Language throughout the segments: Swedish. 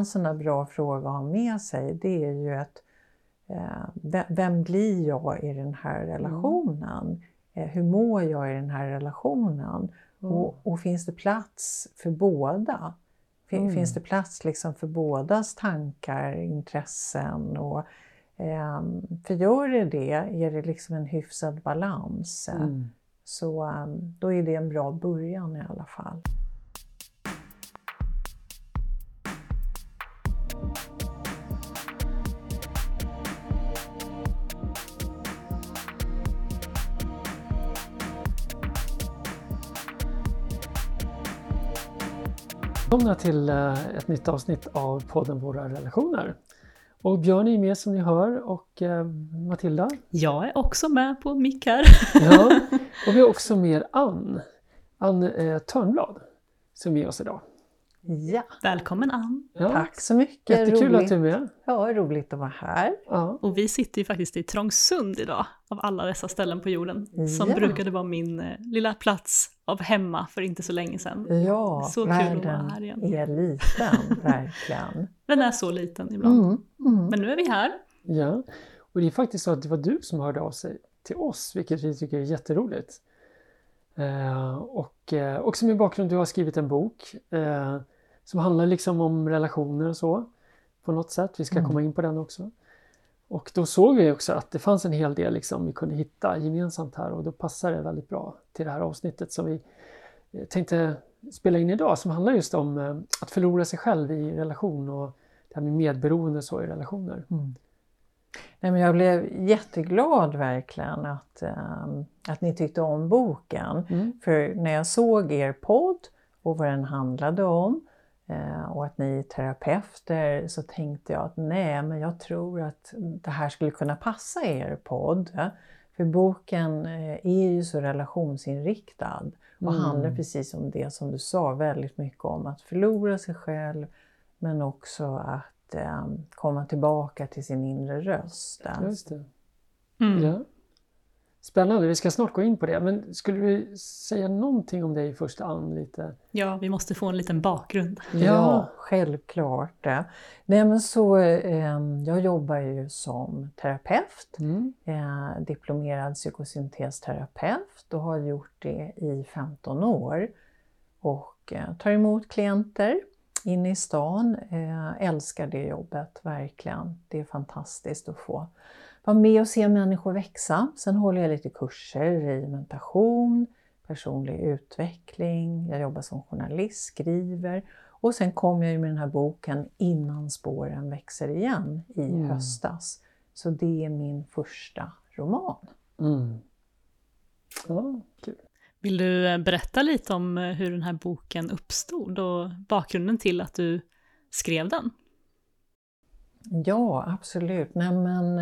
en sån där bra fråga att ha med sig, det är ju att vem blir jag i den här relationen? Hur mår jag i den här relationen? Och finns det plats för båda? Finns det plats liksom för bådas tankar, intressen? Och, för gör det, är det liksom en hyfsad balans. Så då är det en bra början i alla fall. Välkomna till ett nytt avsnitt av podden Våra relationer. Och Björn är med som ni hör och Matilda. Jag är också med på mick här. Ja, och vi har också med Ann Törnblad som är med oss idag. Ja. Välkommen Ann. Ja. Tack så mycket. Jättekul roligt. att du är med. Ja, roligt att vara här. Ja. Och vi sitter ju faktiskt i Trångsund idag, av alla dessa ställen på jorden. Som brukade vara min lilla plats av hemma för inte så länge sedan. Ja, så kul att vara här igen. Är liten, verkligen. Den är så liten ibland. Men nu är vi här. Ja, och det är faktiskt så att det var du som hörde av sig till oss, vilket vi tycker är jätteroligt. Och som i bakgrund, du har skrivit en bok som handlar liksom om relationer och så på något sätt. Vi ska komma in på den också. Och då såg vi också att det fanns en hel del liksom vi kunde hitta gemensamt här, och då passar det väldigt bra till det här avsnittet som vi tänkte spela in idag, som handlar just om att förlora sig själv i relation och det här med medberoende så i relationer. Nej, men jag blev jätteglad verkligen att ni tyckte om boken. För när jag såg er podd och vad den handlade om och att ni är terapeuter, så tänkte jag att men jag tror att det här skulle kunna passa er podd. För boken är ju så relationsinriktad och handlar precis om det som du sa, väldigt mycket om att förlora sig själv, men också att komma tillbaka till sin inre röst. Just det. Ja. Spännande, vi ska snart gå in på det. Men skulle du säga någonting om dig först, Ann, lite? Ja, vi måste få en liten bakgrund. Ja, självklart. Nej, men så, jag jobbar ju som terapeut, diplomerad psykosyntesterapeut, och har gjort det i 15 år. Och tar emot klienter inne i stan. Älskar det jobbet, verkligen. Det är fantastiskt att få vara med och se människor växa. Sen håller jag lite kurser i meditation, personlig utveckling. Jag jobbar som journalist, skriver. Och sen kom jag ju med den här boken Innan spåren växer igen i höstas. Så det är min första roman. Ja, kul. Vill du berätta lite om hur den här boken uppstod och bakgrunden till att du skrev den? Ja, absolut. Nej, men,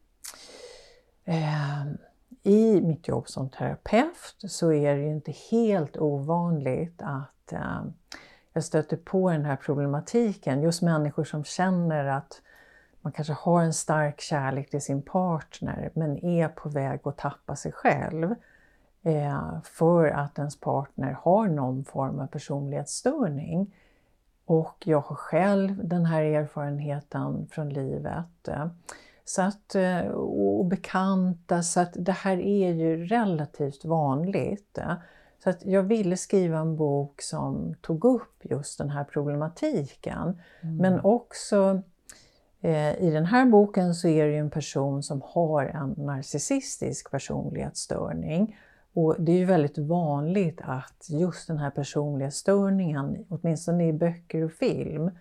i mitt jobb som terapeut så är det ju inte helt ovanligt att jag stöter på den här problematiken. Just människor som känner att man kanske har en stark kärlek till sin partner, men är på väg att tappa sig själv. För att ens partner har någon form av personlighetsstörning. Och jag har själv den här erfarenheten från livet. Så att, och bekanta, så att det här är ju relativt vanligt. Så att jag ville skriva en bok som tog upp just den här problematiken. Men också i den här boken så är det ju en person som har en narcissistisk personlighetsstörning. Och det är ju väldigt vanligt att just den här personlighetsstörningen, åtminstone i böcker och film,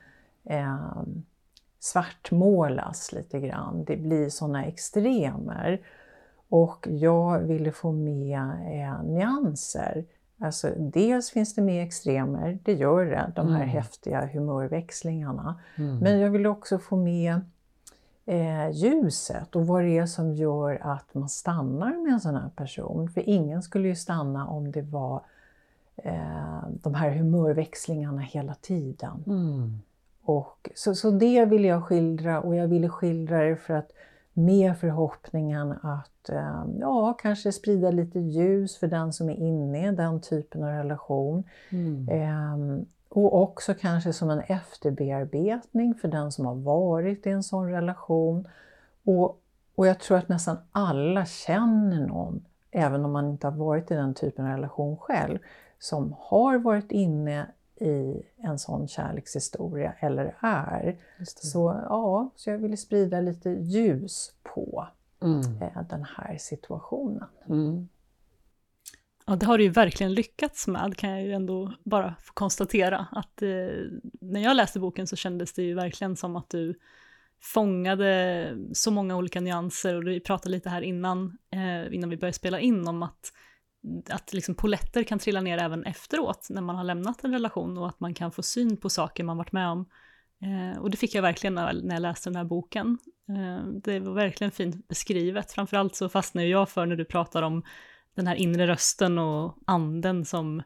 svartmålas lite grann. Det blir sådana extremer. Och jag ville få med nyanser. Alltså dels finns det med extremer, det gör det, de här häftiga humörväxlingarna. Men jag ville också få med ljuset och vad det är som gör att man stannar med en sån här person. För ingen skulle ju stanna om det var de här humörväxlingarna hela tiden. Och så det ville jag skildra, och jag ville skildra det för att med förhoppningen att kanske sprida lite ljus för den som är inne i den typen av relation. Och också kanske som en efterbearbetning för den som har varit i en sån relation. Och jag tror att nästan alla känner någon, även om man inte har varit i den typen av relation själv, som har varit inne i en sån kärlekshistoria eller är. Så jag ville sprida lite ljus på den här situationen. Ja, det har du ju verkligen lyckats med, kan jag ju ändå bara få konstatera. Att när jag läste boken så kändes det ju verkligen som att du fångade så många olika nyanser, och vi pratade lite här innan vi började spela in om att liksom poletter kan trilla ner även efteråt när man har lämnat en relation, och att man kan få syn på saker man varit med om. Och det fick jag verkligen när jag läste den här boken. Det var verkligen fint beskrivet. Framförallt så fastnade jag för när du pratar om den här inre rösten och anden som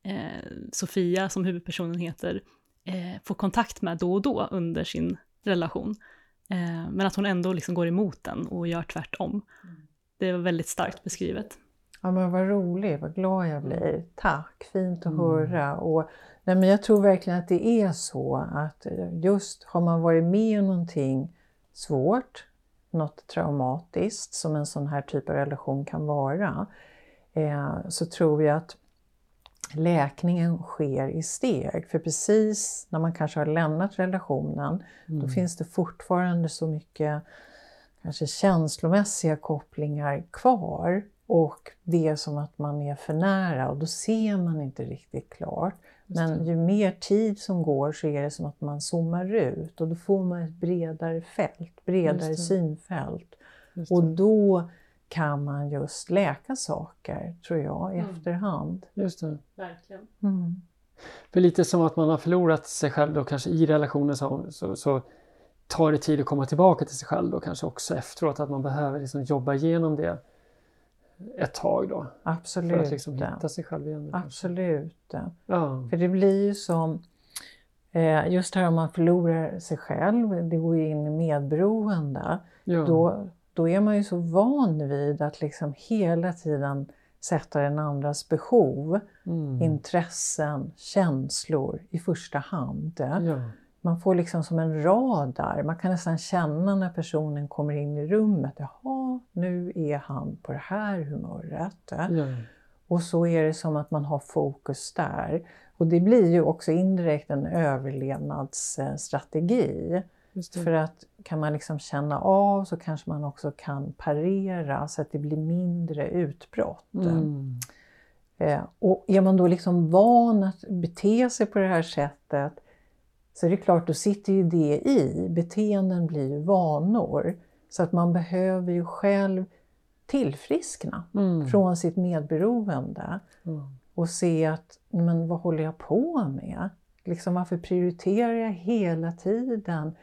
Sofia, som huvudpersonen heter, får kontakt med då och då under sin relation. Men att hon ändå liksom går emot den och gör tvärtom. Det var väldigt starkt beskrivet. Ja, men vad roligt, vad glad jag blir. Tack, fint att höra. Och, men jag tror verkligen att det är så att just har man varit med om någonting svårt, något traumatiskt som en sån här typ av relation kan vara, så tror jag att läkningen sker i steg. För precis när man kanske har lämnat relationen, då finns det fortfarande så mycket kanske känslomässiga kopplingar kvar. Och det är som att man är för nära, och då ser man inte riktigt klart. Men ju mer tid som går så är det som att man zoomar ut, och då får man ett bredare fält, bredare synfält. Och då kan man just läka saker, tror jag, i efterhand. Just det. Verkligen. För lite som att man har förlorat sig själv då, kanske i relationen, så tar det tid att komma tillbaka till sig själv då, kanske också efteråt, att man behöver liksom jobba igenom det ett tag då. Absolut. För att liksom hitta sig själv igen. Absolut. Ja. För det blir ju som, just här om man förlorar sig själv, det går ju in i medberoende. Ja. Då är man ju så van vid att liksom hela tiden sätta den andras behov, intressen, känslor i första hand. Ja. Man får liksom som en radar. Man kan nästan känna när personen kommer in i rummet. Jaha, nu är han på det här humöret. Ja. Och så är det som att man har fokus där. Och det blir ju också indirekt en överlevnadsstrategi. För att kan man liksom känna av, så kanske man också kan parera så att det blir mindre utbrott. Och är man då liksom van att bete sig på det här sättet, så är det klart, då sitter ju det i. Beteenden blir ju vanor. Så att man behöver ju själv tillfriskna från sitt medberoende. Och se att, men vad håller jag på med? Liksom, varför prioriterar jag hela tiden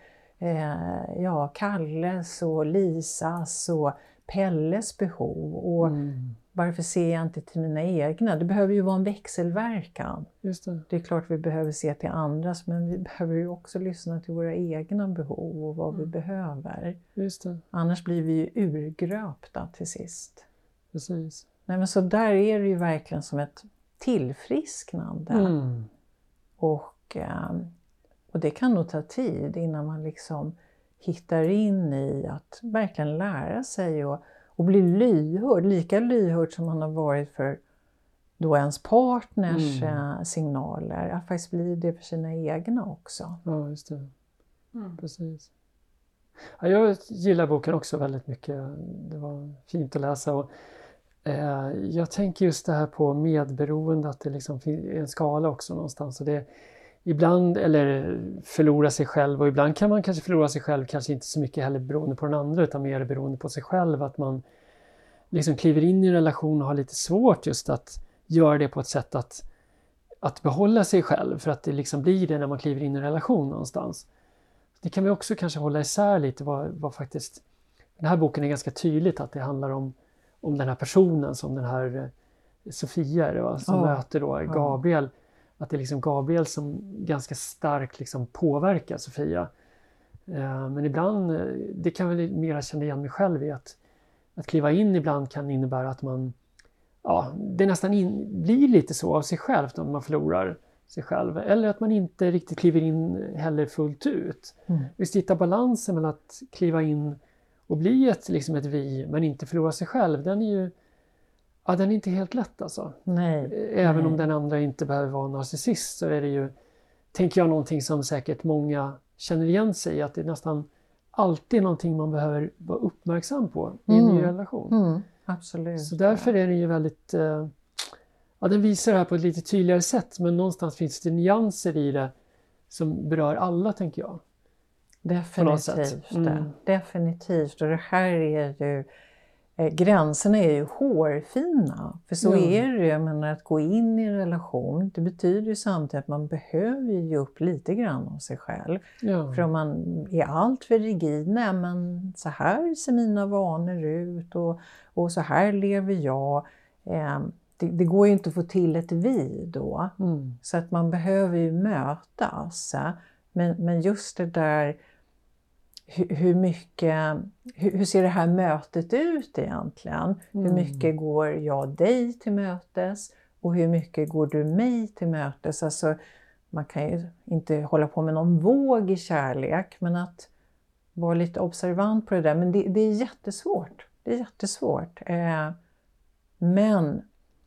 Kalles och Lisas och Pelles behov? Och varför ser jag inte till mina egna? Det behöver ju vara en växelverkan. Just det. Det är klart vi behöver se till andras, men vi behöver ju också lyssna till våra egna behov och vad vi behöver. Just det. Annars blir vi ju urgröpta till sist. Precis. Nej, men så där är det ju verkligen som ett tillfrisknande. Och det kan nog ta tid innan man liksom hittar in i att verkligen lära sig och bli lyhörd, lika lyhörd som man har varit för då ens partners signaler, att faktiskt bli det för sina egna också. Ja, just det. Precis. Ja, jag gillar boken också väldigt mycket. Det var fint att läsa. Och, jag tänker just det här på medberoende, att det liksom är en skala också någonstans. Och det ibland, eller förlora sig själv, och ibland kan man kanske förlora sig själv, kanske inte så mycket heller beroende på den andra, utan mer beroende på sig själv, att man liksom kliver in i en relation och har lite svårt just att göra det på ett sätt att behålla sig själv, för att det liksom blir det när man kliver in i en relation någonstans. Det kan vi också kanske hålla isär lite, vad faktiskt, den här boken är ganska tydligt att det handlar om den här personen, som den här Sofia är det, va? Som möter då Gabriel. Att det är liksom Gabriel som ganska starkt liksom påverkar Sofia. Men ibland, det kan väl mer känna igen mig själv i, att kliva in ibland kan innebära att man, det nästan blir lite så av sig själv när man förlorar sig själv. Eller att man inte riktigt kliver in heller fullt ut. Visst, hitta balansen mellan att kliva in och bli ett vi men inte förlora sig själv. Den är ju den är inte helt lätt alltså. Nej. Även om den andra inte behöver vara narcissist så är det ju, tänker jag, någonting som säkert många känner igen sig i. Att det är nästan alltid någonting man behöver vara uppmärksam på i en ny relation. Absolut. Så därför är det ju väldigt... den visar det här på ett lite tydligare sätt. Men någonstans finns det nyanser i det som berör alla, tänker jag. Definitivt. Definitivt. Och det här är ju... gränserna är ju hårfina. För så är det ju. Jag menar, att gå in i en relation, det betyder ju samtidigt att man behöver ge upp lite grann av sig själv. Ja. För om man är allt för rigid, nej men så här ser mina vanor ut och så här lever jag. Det går ju inte att få till ett vi då. Så att man behöver ju mötas. Men just det där, hur ser det här mötet ut egentligen? Hur mycket går jag dig till mötes? Och hur mycket går du mig till mötes? Alltså, man kan ju inte hålla på med någon våg i kärlek. Men att vara lite observant på det där. Men det är jättesvårt. Det är jättesvårt. Men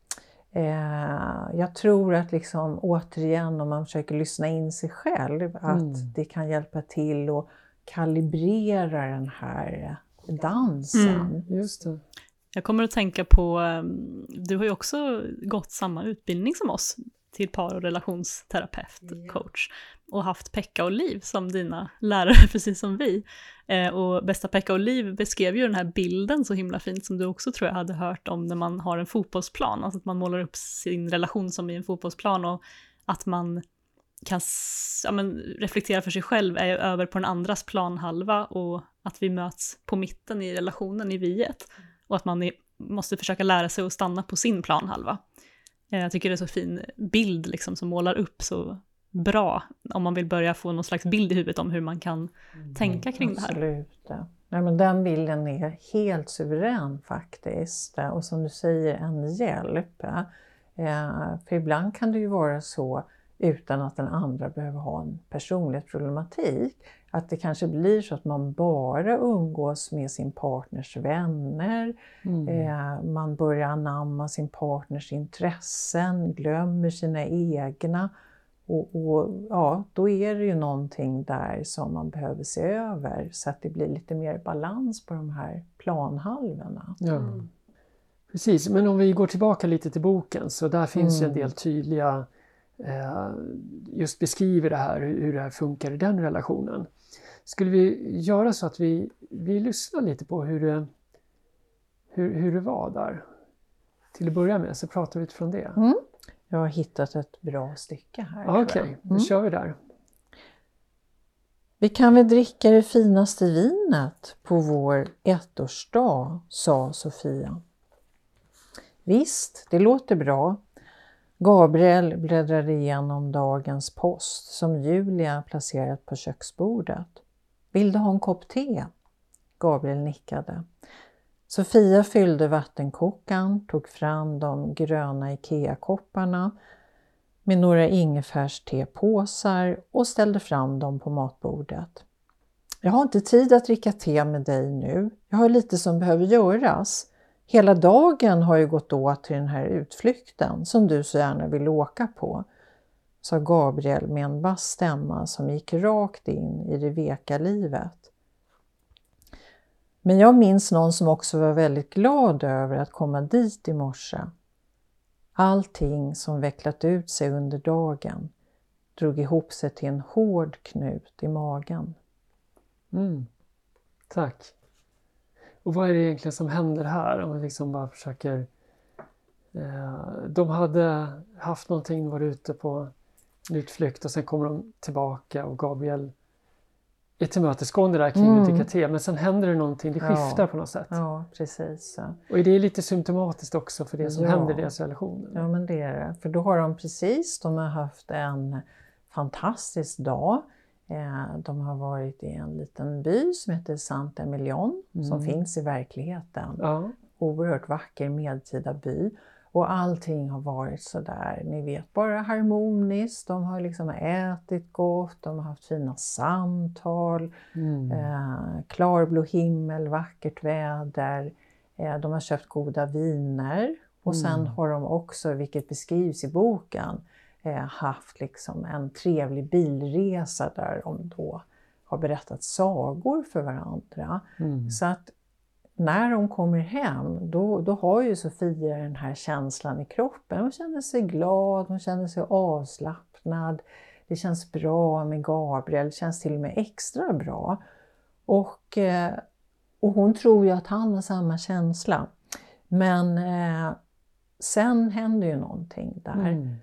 jag tror att återigen, om man försöker lyssna in sig själv, att det kan hjälpa till och kalibrera den här dansen. Just det. Jag kommer att tänka på, du har ju också gått samma utbildning som oss till par- och relationsterapeut, coach, och haft Pekka och Liv som dina lärare, precis som vi. Och bästa Pekka och Liv beskrev ju den här bilden så himla fint, som du också tror jag hade hört om, när man har en fotbollsplan, alltså att man målar upp sin relation som i en fotbollsplan, och att man kan reflektera för sig själv är över på den andras planhalva, och att vi möts på mitten i relationen, i viet, och att man måste försöka lära sig att stanna på sin planhalva. Jag tycker det är så fin bild som målar upp så bra, om man vill börja få någon slags bild i huvudet om hur man kan tänka kring det här. Absolut. Nej, men den bilden är helt suverän faktiskt, och som du säger, en hjälp. För ibland kan det ju vara så, utan att den andra behöver ha en personlighetsproblematik, att det kanske blir så att man bara umgås med sin partners vänner. Man börjar anamma sin partners intressen, glömmer sina egna. Och då är det ju någonting där som man behöver se över, så att det blir lite mer balans på de här planhalvorna. Ja. Precis, men om vi går tillbaka lite till boken, så där finns ju en del tydliga just beskriver det här, hur det här funkar i den relationen. Skulle vi göra så att vi lyssnar lite på hur det var där? Till att börja med så pratar vi utifrån det. Jag har hittat ett bra stycke här. Okej, då kör vi där. Vi kan väl dricka det finaste vinet på vår ettårsdag, sa Sofia. Visst, det låter bra. Gabriel bläddrade igenom dagens post som Julia placerat på köksbordet. Vill du ha en kopp te? Gabriel nickade. Sofia fyllde vattenkokaren, tog fram de gröna IKEA-kopparna med några ingefärstepåsar och ställde fram dem på matbordet. Jag har inte tid att dricka te med dig nu. Jag har lite som behöver göras. Hela dagen har ju gått åt till den här utflykten som du så gärna vill åka på, sa Gabriel med en vass stämma som gick rakt in i det veka livet. Men jag minns någon som också var väldigt glad över att komma dit i morse. Allting som vecklat ut sig under dagen drog ihop sig till en hård knut i magen. Tack. Och vad är det egentligen som händer här? Om vi bara försöker... de hade haft någonting, var ute på en utflykt och sen kommer de tillbaka och Gabriel är tillmötesgående där kring att dricka te. Men sen händer det någonting, det skiftar på något sätt. Ja, precis. Och är det lite symptomatiskt också för det som händer i deras relation? Ja, men det är det. För då har de har haft en fantastisk dag. De har varit i en liten by som heter Saint-Emilion som finns i verkligheten. Ja. Oerhört vacker medeltida by. Och allting har varit sådär, ni vet, bara harmoniskt. De har liksom ätit gott, de har haft fina samtal, klarblå himmel, vackert väder. De har köpt goda viner. Och sen har de också, vilket beskrivs i boken, haft liksom en trevlig bilresa där de då har berättat sagor för varandra. Så att när de kommer hem, då har ju Sofia den här känslan i kroppen. Hon känner sig glad, hon känner sig avslappnad. Det känns bra med Gabriel, det känns till och med extra bra. Och hon tror ju att han har samma känsla. Men sen händer ju någonting där.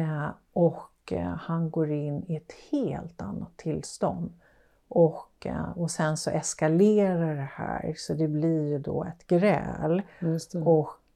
Och han går in i ett helt annat tillstånd. Och sen så eskalerar det här, så det blir ju då ett gräl. Just det.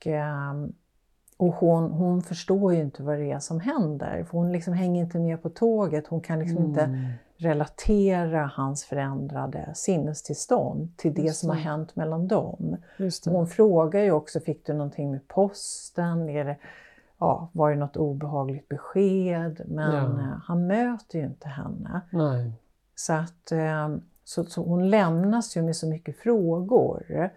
Och hon förstår ju inte vad det är som händer. För hon liksom hänger inte med på tåget. Hon kan liksom inte relatera hans förändrade sinnestillstånd till det som har hänt mellan dem. Hon frågar ju också, fick du någonting med posten? Var det något obehagligt besked? Men han möter ju inte henne. Nej. Så att så hon lämnas ju med så mycket frågor.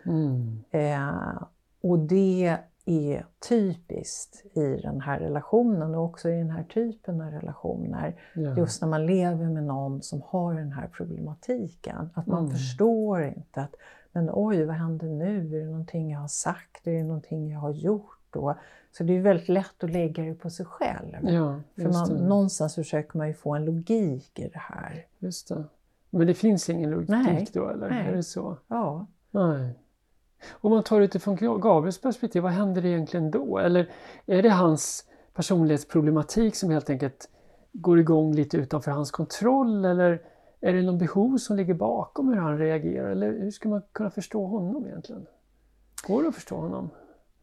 Och det är typiskt i den här relationen och också i den här typen av relationer. Just när man lever med någon som har den här problematiken. Att man förstår inte att, men oj, vad händer nu? Är det någonting jag har sagt? Är det någonting jag har gjort? Så det är väldigt lätt att lägga det på sig själv. För någonstans försöker man ju få en logik i det här. Just det. Men det finns ingen logik då, eller? Nej. Är det så? Ja. Nej. Om man tar det utifrån Gabriels perspektiv, vad händer egentligen då? Eller är det hans personlighetsproblematik som helt enkelt går igång lite utanför hans kontroll? Eller är det någon behov som ligger bakom hur han reagerar? Eller hur ska man kunna förstå honom egentligen? Går det att förstå honom?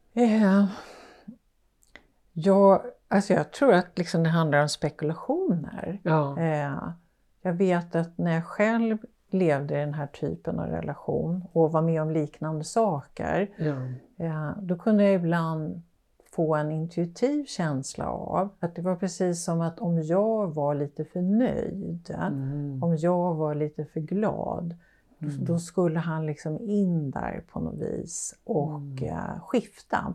Jag tror att liksom det handlar om spekulationer. Jag vet att när jag själv levde i den här typen av relation och var med om liknande saker, då kunde jag ibland få en intuitiv känsla av att det var precis som att om jag var lite för nöjd, om jag var lite för glad, då skulle han liksom in där på något vis och skifta.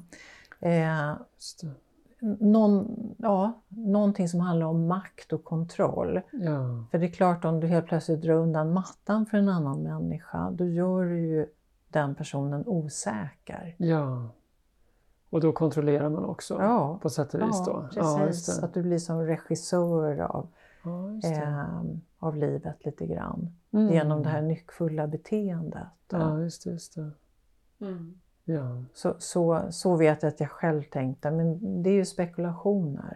Någonting som handlar om makt och kontroll. För det är klart, om du helt plötsligt drar undan mattan för en annan människa, då gör du ju den personen osäker. Och då kontrollerar man också på sätt och vis då. Precis. Att du blir som regissör av livet lite grann. Genom det här nyckfulla beteendet. Just det. Så vet jag att jag själv tänkte, men det är ju spekulationer.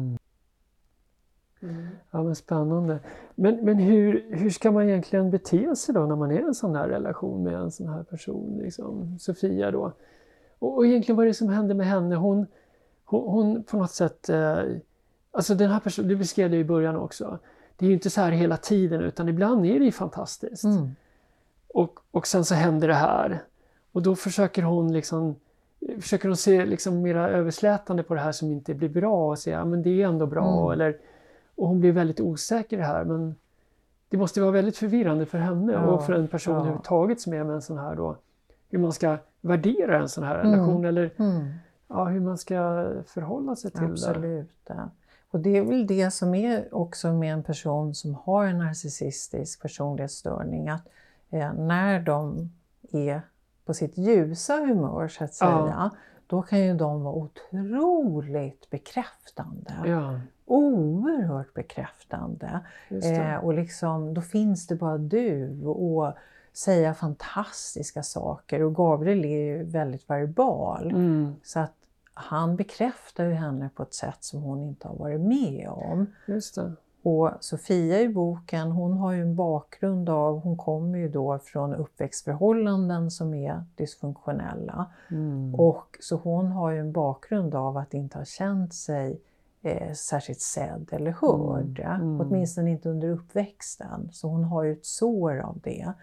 Ja, men spännande. Men hur ska man egentligen bete sig då när man är i en sån här relation med en sån här person, liksom Sofia då? Och egentligen vad är det som hände med henne? Hon på något sätt, alltså den här personen, du beskrev det i början också. Det är ju inte så här hela tiden, utan ibland är det ju fantastiskt. Och sen så händer det här. Och då försöker hon se liksom mera överslätande på det här som inte blir bra och säga, men det är ändå bra. Och hon blir väldigt osäker i det här, men det måste vara väldigt förvirrande för henne och för en person överhuvudtaget som är med en sån här då, hur man ska värdera en sån här relation eller hur man ska förhålla sig till det. Absolut. Och det är väl det som är också med en person som har en narcissistisk personlighetsstörning, att när de är på sitt ljusa humör så att säga, då kan ju de vara otroligt bekräftande. Oerhört bekräftande. Och liksom, då finns det bara du och säga fantastiska saker. Och Gabriel är ju väldigt verbal. Så att han bekräftar ju henne på ett sätt som hon inte har varit med om. Just det. Och Sofia i boken, hon har ju en bakgrund av, hon kommer ju då från uppväxtförhållanden som är dysfunktionella. Och så hon har ju en bakgrund av att inte ha känt sig särskilt sedd eller hörd. Åtminstone inte under uppväxten. Så hon har ju ett sår av det.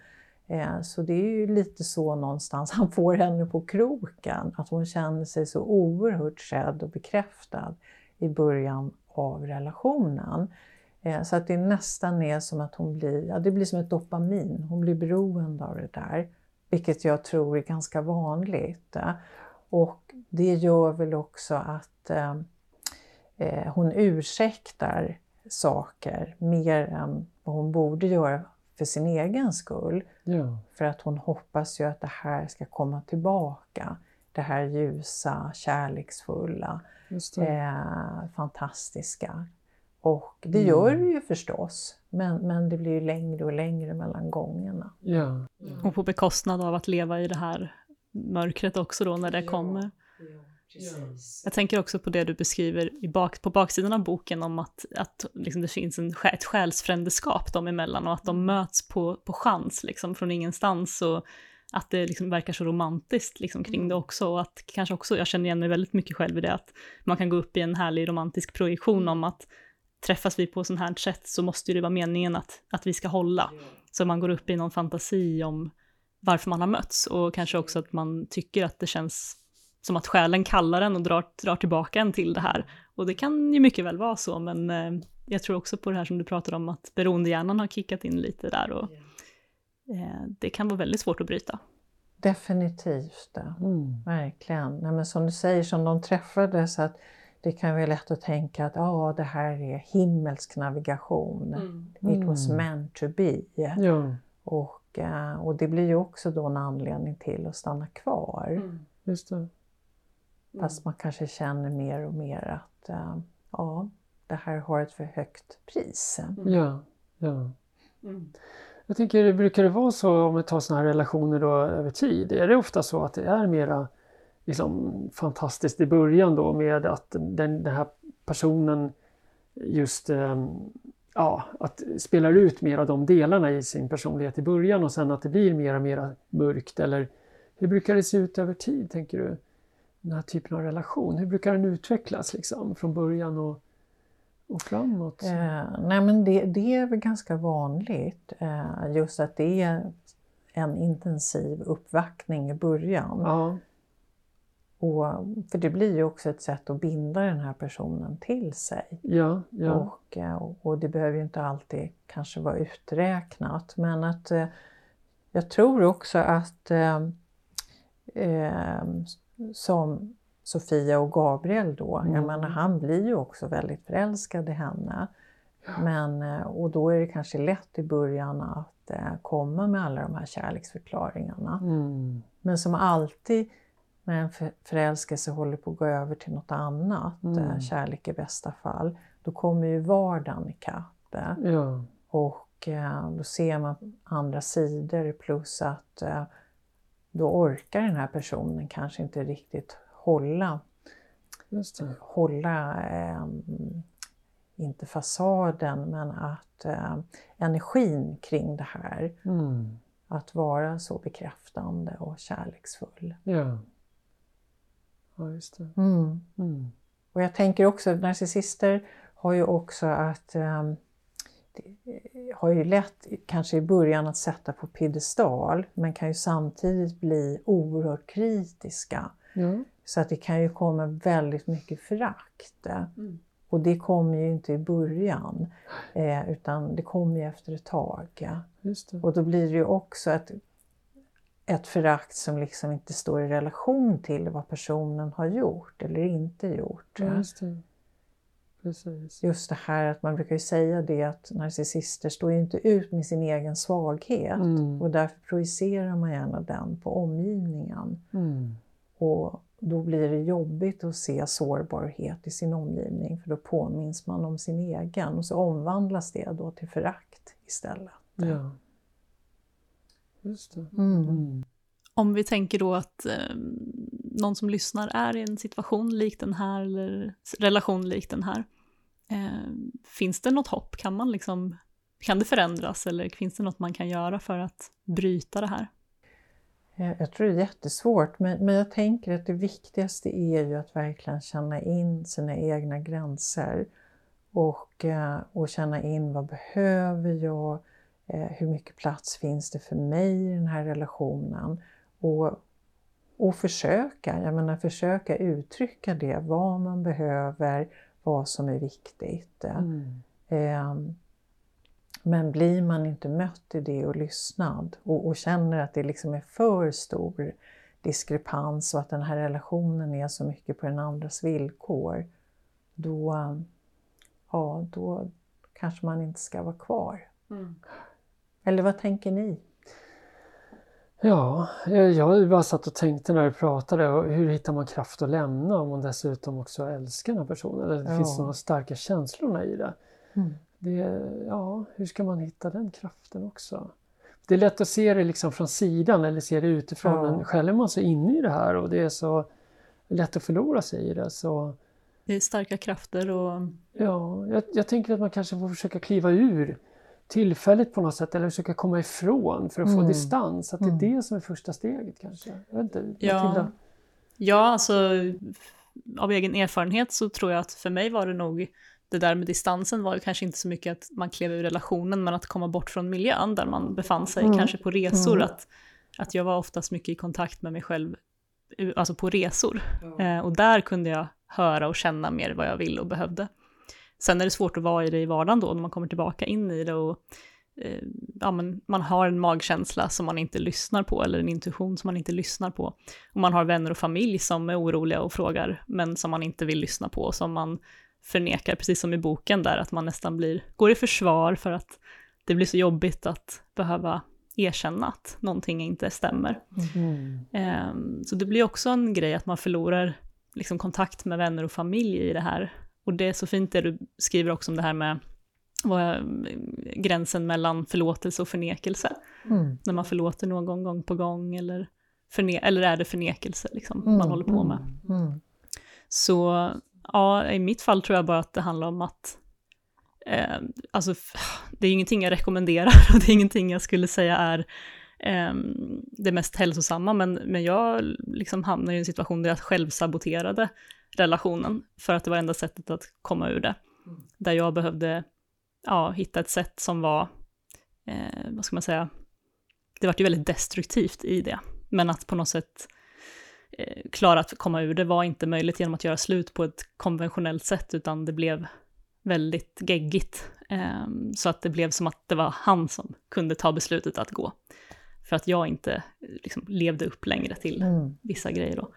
Så det är ju lite så någonstans han får henne på kroken. Att hon känner sig så oerhört sedd och bekräftad i början av relationen. Så att det nästan är som att det blir som ett dopamin. Hon blir beroende av det där. Vilket jag tror är ganska vanligt. Och det gör väl också att hon ursäktar saker mer än vad hon borde göra för sin egen skull. Ja. För att hon hoppas ju att det här ska komma tillbaka. Det här ljusa, kärleksfulla, Just det. fantastiska. Och det gör det ju förstås. Men det blir ju längre och längre mellan gångerna. Ja. Och på bekostnad av att leva i det här mörkret också då när det kommer. Precis. Jag tänker också på det du beskriver på baksidan av boken om att liksom det finns ett själsfrändeskap dem emellan och att de möts på chans liksom, från ingenstans och att det liksom verkar så romantiskt liksom, kring det också och att kanske också, jag känner igen mig väldigt mycket själv i det, att man kan gå upp i en härlig romantisk projektion om att träffas vi på sån här sätt så måste det vara meningen att vi ska hålla. Så man går upp i någon fantasi om varför man har mötts och kanske också att man tycker att det känns som att själen kallar en och drar tillbaka en till det här. Och det kan ju mycket väl vara så, men jag tror också på det här som du pratade om att beroendehjärnan har kickat in lite där och det kan vara väldigt svårt att bryta. Definitivt, verkligen. Nej, men som du säger, som de träffades, att det kan vara lätt att tänka att det här är himmelsk navigation. It was meant to be. Ja. Och det blir ju också då en anledning till att stanna kvar. Just det. Fast man kanske känner mer och mer att det här har ett för högt pris. Ja. Jag tänker, brukar det vara så om vi tar såna här relationer då över tid? Är det ofta så att det är mera liksom, fantastiskt i början då med att den här personen just att spelar ut mer av de delarna i sin personlighet i början och sen att det blir mera mörkt? Eller hur brukar det se ut över tid, tänker du? Den här typen av relation, hur brukar den utvecklas liksom, från början och framåt? Nej, men det är väl ganska vanligt. Just att det är en intensiv uppvaktning i början. Ja. För det blir ju också ett sätt att binda den här personen till sig. Ja. Och det behöver ju inte alltid kanske vara uträknat. Men att jag tror också att som Sofia och Gabriel då, jag menar, han blir ju också väldigt förälskad i henne. Och då är det kanske lätt i början att komma med alla de här kärleksförklaringarna. Men som alltid när en förälskelse håller på att gå över till något annat, kärlek i bästa fall, då kommer ju vardagen ikapp. Ja. Och då ser man andra sidor, plus att då orkar den här personen kanske inte riktigt hålla inte fasaden, men att energin kring det här, att vara så bekräftande och kärleksfull. Ja, just det. Och jag tänker också, narcissister har ju också att har ju lätt kanske i början att sätta på piedestal, men kan ju samtidigt bli oerhört kritiska. Så att det kan ju komma väldigt mycket förakt. Och det kommer ju inte i början, utan det kommer ju efter ett tag. Just det. Och då blir det ju också ett förakt som liksom inte står i relation till vad personen har gjort eller inte gjort. Just det. Precis. Just det här att man brukar ju säga det, att narcissister står ju inte ut med sin egen svaghet. Och därför projicerar man gärna den på omgivningen. Och då blir det jobbigt att se sårbarhet i sin omgivning, för då påminns man om sin egen och så omvandlas det då till förakt istället. Ja, just det. Om vi tänker då att någon som lyssnar är i en situation lik den här eller relation lik den här, finns det något hopp? Kan det förändras, eller finns det något man kan göra för att bryta det här? Jag tror det är jättesvårt, men jag tänker att det viktigaste är ju att verkligen känna in sina egna gränser och känna in vad behöver jag, Hur mycket plats finns det för mig i den här relationen? Och försöka uttrycka det, vad man behöver, vad som är viktigt. Men blir man inte mött i det och lyssnad och känner att det liksom är för stor diskrepans och att den här relationen är så mycket på den andras villkor, då kanske man inte ska vara kvar. Eller vad tänker ni? Ja, jag bara satt och tänkte när du pratade, hur hittar man kraft att lämna om man dessutom också älskar den här personen? Eller det finns några starka känslorna i det. Hur ska man hitta den kraften också? Det är lätt att se det liksom från sidan eller se det utifrån, men själv är man så inne i det här och det är så lätt att förlora sig i det. Så... Det är starka krafter och... Ja, jag tänker att man kanske får försöka kliva ur tillfälligt på något sätt eller försöka komma ifrån för att få distans. Att det är det som är första steget kanske. Jag vet inte, ja, alltså av egen erfarenhet så tror jag att för mig var det nog det där med distansen var ju kanske inte så mycket att man klev ur relationen, men att komma bort från miljön där man befann sig, kanske på resor. Att jag var oftast mycket i kontakt med mig själv, alltså på resor. Och där kunde jag höra och känna mer vad jag ville och behövde. Sen är det svårt att vara i det i vardagen då, när man kommer tillbaka in i det och men man har en magkänsla som man inte lyssnar på, eller en intuition som man inte lyssnar på. Och man har vänner och familj som är oroliga och frågar, men som man inte vill lyssna på, och som man förnekar, precis som i boken där, att man nästan går i försvar för att det blir så jobbigt att behöva erkänna att någonting inte stämmer. Så det blir också en grej att man förlorar liksom kontakt med vänner och familj i det här. Och det är så fint det du skriver också om det här med gränsen mellan förlåtelse och förnekelse. När man förlåter någon gång på gång, eller är det förnekelse liksom, man håller på med. Så ja, i mitt fall tror jag bara att det handlar om att alltså, det är ingenting jag rekommenderar och det är ingenting jag skulle säga är det mest hälsosamma, men jag liksom hamnade i en situation där jag själv saboterade relationen för att det var enda sättet att komma ur det. Där jag behövde hitta ett sätt som var, vad ska man säga, det var ju väldigt destruktivt i det, men att på något sätt klara att komma ur det var inte möjligt genom att göra slut på ett konventionellt sätt, utan det blev väldigt geggigt. Så att det blev som att det var han som kunde ta beslutet att gå. För att jag inte liksom levde upp längre till vissa grejer då.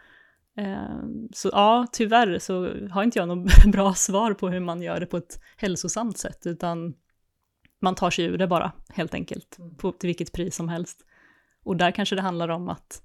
Så ja, tyvärr så har inte jag något bra svar på hur man gör det på ett hälsosamt sätt, utan man tar sig ur det bara, helt enkelt, till vilket pris som helst. Och där kanske det handlar om att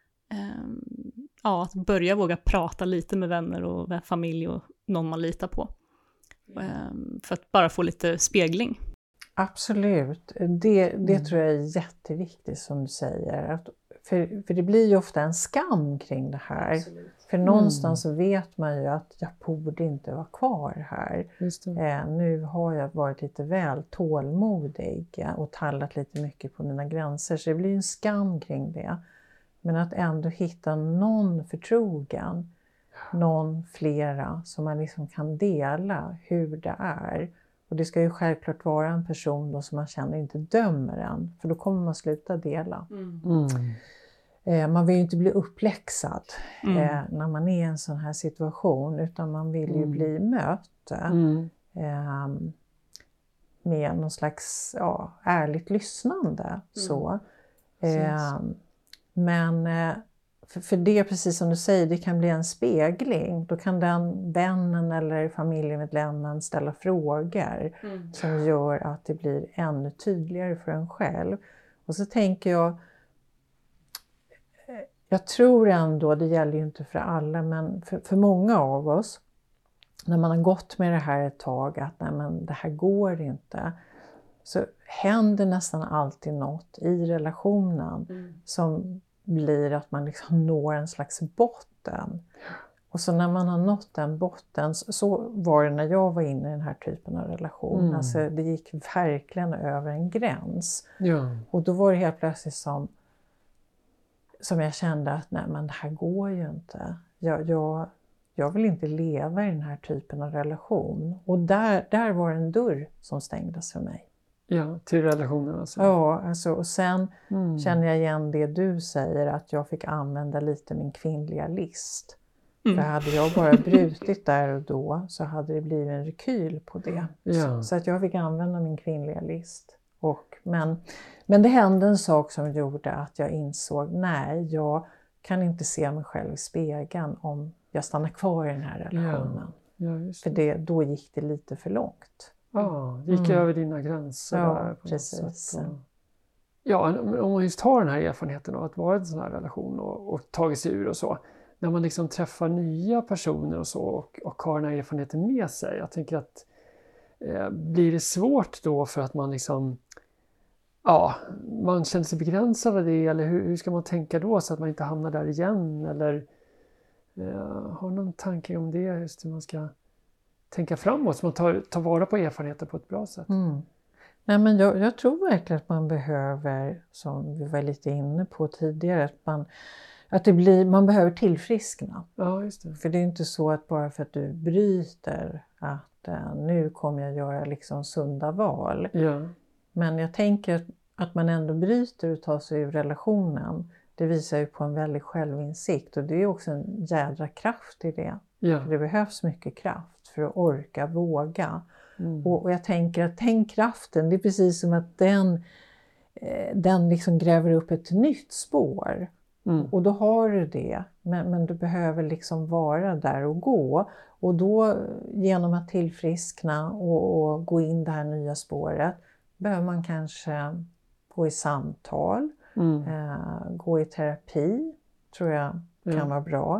att börja våga prata lite med vänner och familj och någon man litar på. För att bara få lite spegling. Absolut, det tror jag är jätteviktigt som du säger. För det blir ju ofta en skam kring det här. Absolut. För någonstans så vet man ju att jag borde inte vara kvar här. Nu har jag varit lite väl tålmodig och tallat lite mycket på mina gränser. Så det blir en skam kring det. Men att ändå hitta någon förtrogen, någon flera som man liksom kan dela hur det är. Och det ska ju självklart vara en person då som man känner inte dömer en. För då kommer man sluta dela. Man vill ju inte bli uppläxad när man är i en sån här situation. Utan man vill ju bli mött med någon slags ärligt lyssnande. Så. Men för det, precis som du säger, det kan bli en spegling. Då kan den vännen eller familjemedlemmen ställa frågor som gör att det blir ännu tydligare för en själv. Och så tänker jag tror ändå, det gäller ju inte för alla, men för många av oss, när man har gått med det här ett tag, att nej, men det här går inte, så händer nästan alltid något i relationen som blir att man liksom når en slags botten. Och så när man har nått den botten, så var det när jag var inne i den här typen av relation. Alltså det gick verkligen över en gräns. Och då var det helt plötsligt som jag kände att nej, men det här går ju inte. Jag vill inte leva i den här typen av relation. Och där var en dörr som stängdes för mig. Ja, till relationen alltså. Ja, alltså, och sen känner jag igen det du säger, att jag fick använda lite min kvinnliga list. För hade jag bara brutit där och då så hade det blivit en rekyl på det. Ja. Så att jag fick använda min kvinnliga list. Men det hände en sak som gjorde att jag insåg, nej, jag kan inte se mig själv i spegeln om jag stannar kvar i den här relationen. Ja, just det. För då gick det lite för långt. Ja, det gick över dina gränser. Ja, där på precis. något sätt. Ja, om man just har den här erfarenheten av att vara i en sån här relation och tagit sig ur och så. När man liksom träffar nya personer och så och har den här erfarenheten med sig. Jag tänker att blir det svårt då för att man liksom, ja, man känner sig begränsad av det, eller hur ska man tänka då så att man inte hamnar där igen, eller har någon tanke om det, just hur man ska tänka framåt så man tar vara på erfarenheter på ett bra sätt? Nej, men jag tror verkligen att man behöver, som vi var lite inne på tidigare, att man behöver tillfriskna. Ja, just det. För det är inte så att bara för att du bryter att nu kommer jag göra liksom sunda val. Ja. Men jag tänker att man ändå bryter och tar sig ur relationen. Det visar ju på en väldig självinsikt, och det är också en jädra kraft i det. Ja. För det behövs mycket kraft för att orka, våga. Och jag tänker att den kraften, det är precis som att den liksom gräver upp ett nytt spår. Och då har du det, men du behöver liksom vara där och gå. Och då genom att tillfriskna och gå in det här nya spåret behöver man kanske gå i samtal, gå i terapi, tror jag kan vara bra.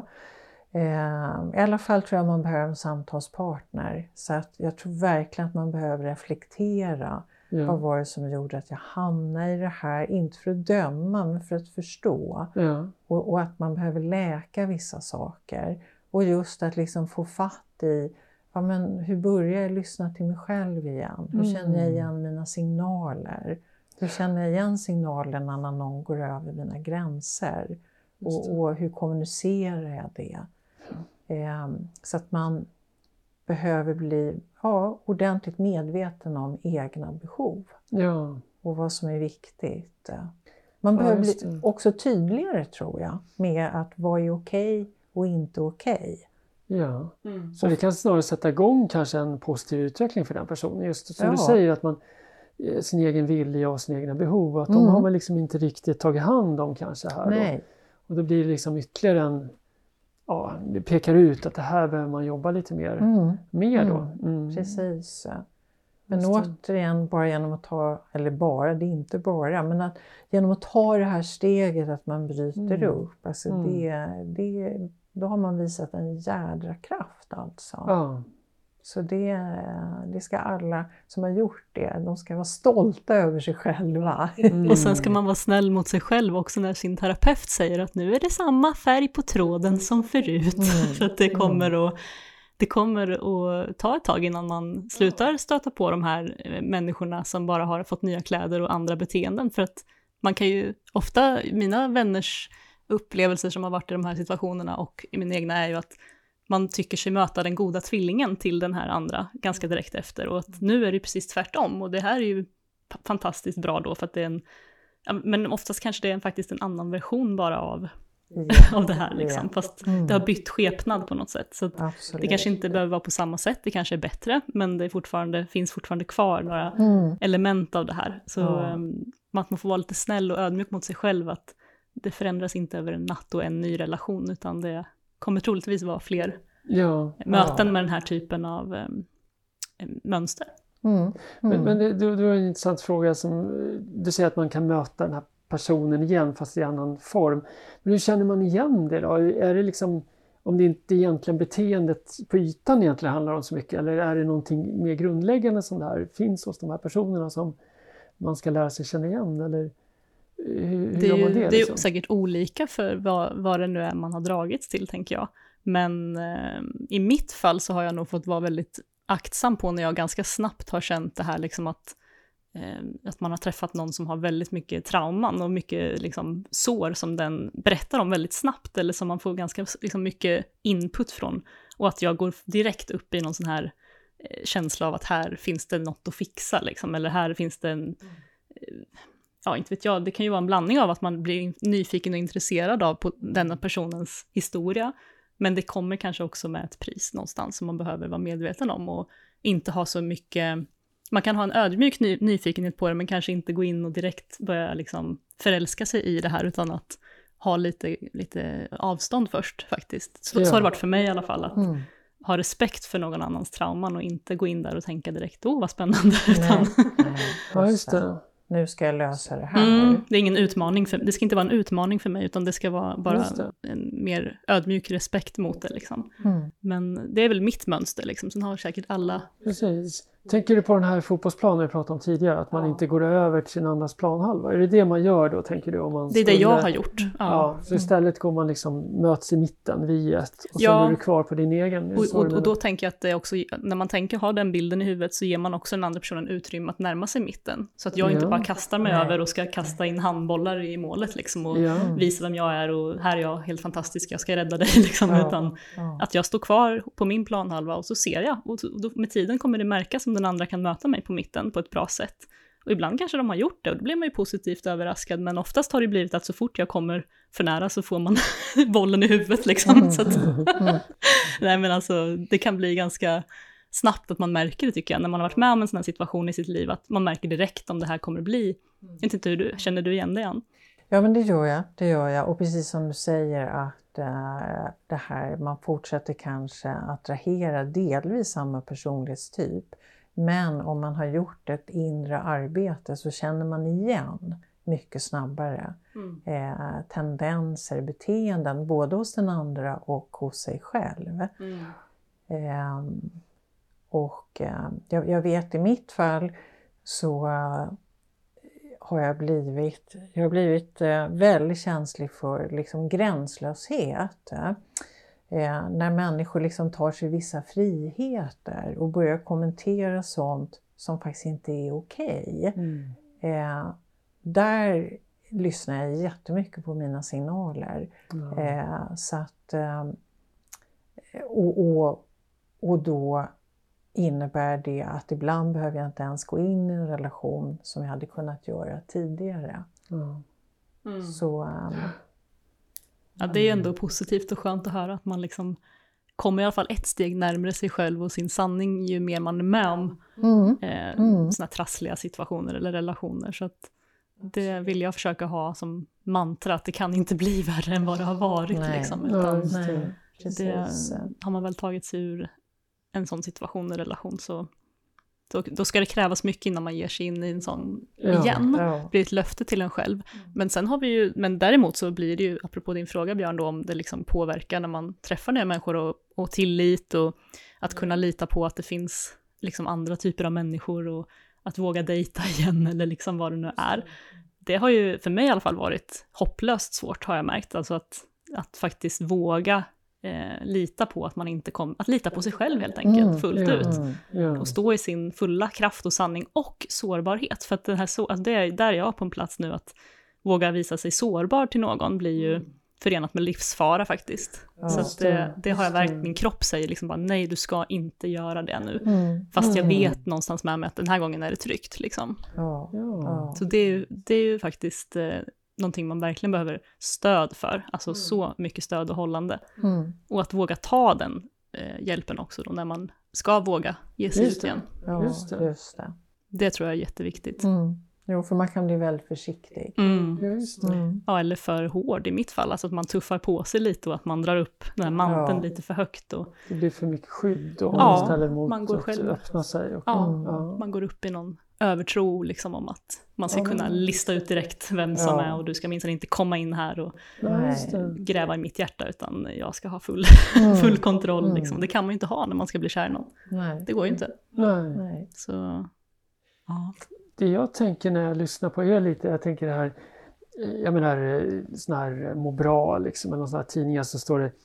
I alla fall tror jag man behöver en samtalspartner. Så att jag tror verkligen att man behöver reflektera. Vad var det som gjorde att jag hamnade i det här? Inte för att döma, men för att förstå. Och att man behöver läka vissa saker. Och just att liksom få fatt i, ja, men hur börjar jag lyssna till mig själv igen? Hur känner jag igen mina signaler? Hur känner jag igen signalerna när någon går över mina gränser? Och hur kommunicerar jag det? Så att man behöver bli ordentligt medveten om egna behov. Ja. Och vad som är viktigt. Man behöver bli också tydligare, tror jag, med att vad är okej och inte okej. Ja, så det kan snarare sätta igång kanske en positiv utveckling för den personen. Just som du säger, att man sin egen vilja och sina egna behov, att de har man liksom inte riktigt tagit hand om kanske här. Nej. Och då blir det liksom ytterligare en, det pekar ut att det här behöver man jobba lite mer då. Precis. Men återigen, bara genom att det är inte bara, men att genom att ta det här steget att man bryter upp, alltså då har man visat en jädra kraft alltså. Ja. Så det ska alla som har gjort det, de ska vara stolta över sig själva. Och sen ska man vara snäll mot sig själv också när sin terapeut säger att nu är det samma färg på tråden som förut. För att det kommer att ta ett tag innan man slutar stöta på de här människorna som bara har fått nya kläder och andra beteenden. För att man kan ju ofta, mina vänners upplevelser som har varit i de här situationerna och i mina egna är ju att man tycker sig möta den goda tvillingen till den här andra ganska direkt efter. Och att nu är det precis tvärtom. Och det här är ju fantastiskt bra då, för att det är men oftast kanske det är faktiskt en annan version bara av det här liksom. Fast det har bytt skepnad på något sätt. Så det kanske inte behöver vara på samma sätt, det kanske är bättre. Men det finns fortfarande kvar några element av det här. Så att man får vara lite snäll och ödmjuk mot sig själv, att det förändras inte över en natt och en ny relation, utan det kommer troligtvis vara fler möten med den här typen av mönster. Men du har en intressant fråga som du säger, att man kan möta den här personen igen fast i annan form. Men hur känner man igen det då? Är det liksom, om det inte egentligen beteendet på ytan egentligen handlar om så mycket, eller är det någonting mer grundläggande som det här finns hos de här personerna som man ska lära sig känna igen, eller hur gör man det? Det är ju säkert olika för vad det nu är man har dragits till, tänker jag. Men i mitt fall så har jag nog fått vara väldigt aktsam på när jag ganska snabbt har känt det här liksom att man har träffat någon som har väldigt mycket trauman och mycket liksom sår som den berättar om väldigt snabbt, eller som man får ganska liksom mycket input från, och att jag går direkt upp i någon sån här känsla av att här finns det något att fixa liksom, eller här finns det en, ja inte vet jag, det kan ju vara en blandning av att man blir nyfiken och intresserad av på denna personens historia, men det kommer kanske också med ett pris någonstans som man behöver vara medveten om och inte ha så mycket, man kan ha en ödmjuk nyfikenhet på det men kanske inte gå in och direkt börja liksom förälska sig i det här utan att ha lite avstånd först faktiskt. Så har det varit för mig i alla fall, att ha respekt för någon annans trauman och inte gå in där och tänka direkt, vad spännande. Utan Ja, just det. Nu ska jag lösa det här. Det är ingen utmaning det ska inte vara en utmaning för mig, utan det ska vara bara en mer ödmjuk respekt mot det liksom. Men det är väl mitt mönster liksom, sen har säkert alla. Precis. Tänker du på den här fotbollsplanen vi pratade om tidigare, att man inte går över till sin andras planhalva? Är det man gör då, tänker du? Om man det är det jag har gjort. Ja, så istället går man liksom, möts i mitten vid ett, och så är du kvar på din egen. Och då tänker jag att det också, när man har den bilden i huvudet så ger man också den andra personen utrymme att närma sig mitten. Så att jag inte bara kastar mig över och ska kasta in handbollar i målet liksom, och visa vem jag är och här är jag helt fantastisk, jag ska rädda dig liksom, utan att jag står kvar på min planhalva och så ser jag. Och då, med tiden kommer det märkas om den andra kan möta mig på mitten på ett bra sätt. Och ibland kanske de har gjort det och då blir man ju positivt överraskad, men oftast har det blivit att så fort jag kommer för nära så får man bollen i huvudet liksom. Så att, nej men alltså det kan bli ganska snabbt att man märker det, tycker jag, när man har varit med om en sån här situation i sitt liv, att man märker direkt om det här kommer bli. Jag vet inte hur känner du igen det, Ann? Ja, men det gör jag. Och precis som du säger att det här, man fortsätter kanske attrahera delvis samma personlighetstyp. Men om man har gjort ett inre arbete så känner man igen mycket snabbare tendenser, beteenden både hos den andra och hos sig själv. Jag vet i mitt fall så har jag blivit väldigt känslig för liksom gränslöshet. När människor liksom tar sig vissa friheter och börjar kommentera sånt som faktiskt inte är okej. Där lyssnar jag jättemycket på mina signaler. Så att, och då innebär det att ibland behöver jag inte ens gå in i en relation som jag hade kunnat göra tidigare. Så... Ja, det är ändå positivt och skönt att höra att man liksom kommer i alla fall ett steg närmare sig själv och sin sanning ju mer man är med om såna trassliga situationer eller relationer. Så att det vill jag försöka ha som mantra, att det kan inte bli värre än vad det har varit. Liksom, utan det har man väl tagit sig ur en sån situation, en relation, så då ska det krävas mycket innan man ger sig in i en sån igen. Det blir ett löfte till en själv. Men sen har vi ju, men däremot så blir det ju, apropå din fråga Björn då, om det liksom påverkar när man träffar nya människor och tillit och att kunna lita på att det finns liksom andra typer av människor och att våga dejta igen eller liksom vad det nu är. Det har ju för mig i alla fall varit hopplöst svårt, har jag märkt. Alltså att faktiskt våga lita på att man inte att lita på sig själv helt enkelt fullt ut och stå i sin fulla kraft och sanning och sårbarhet, för att det här att det är där jag är på en plats nu, att våga visa sig sårbar till någon blir ju förenat med livsfara faktiskt. Så att det har jag verkligen, min kropp säger liksom bara nej, du ska inte göra det nu. Fast jag vet någonstans med mig att den här gången är det tryggt liksom. Så det är ju faktiskt någonting man verkligen behöver stöd för. Alltså så mycket stöd och hållande. Och att våga ta den hjälpen också då, när man ska våga ge sig ut igen. Just det. Det tror jag är jätteviktigt. Jo, för man kan bli väldigt försiktig. Ja, eller för hård i mitt fall. Alltså att man tuffar på sig lite och att man drar upp den här manteln lite för högt. Och det blir för mycket skydd och istället mot man går själv. att öppna sig. Och, man går upp i någon övertro liksom, om att man ska kunna lista ut direkt vem som är, och du ska minst inte komma in här och gräva i mitt hjärta, utan jag ska ha full kontroll. Liksom. Det kan man ju inte ha när man ska bli kär i någon. Det går ju inte. Nej. Så, det jag tänker när jag lyssnar på er lite, jag tänker det här, jag menar sån här må bra liksom, eller någon sån här tidningar så står det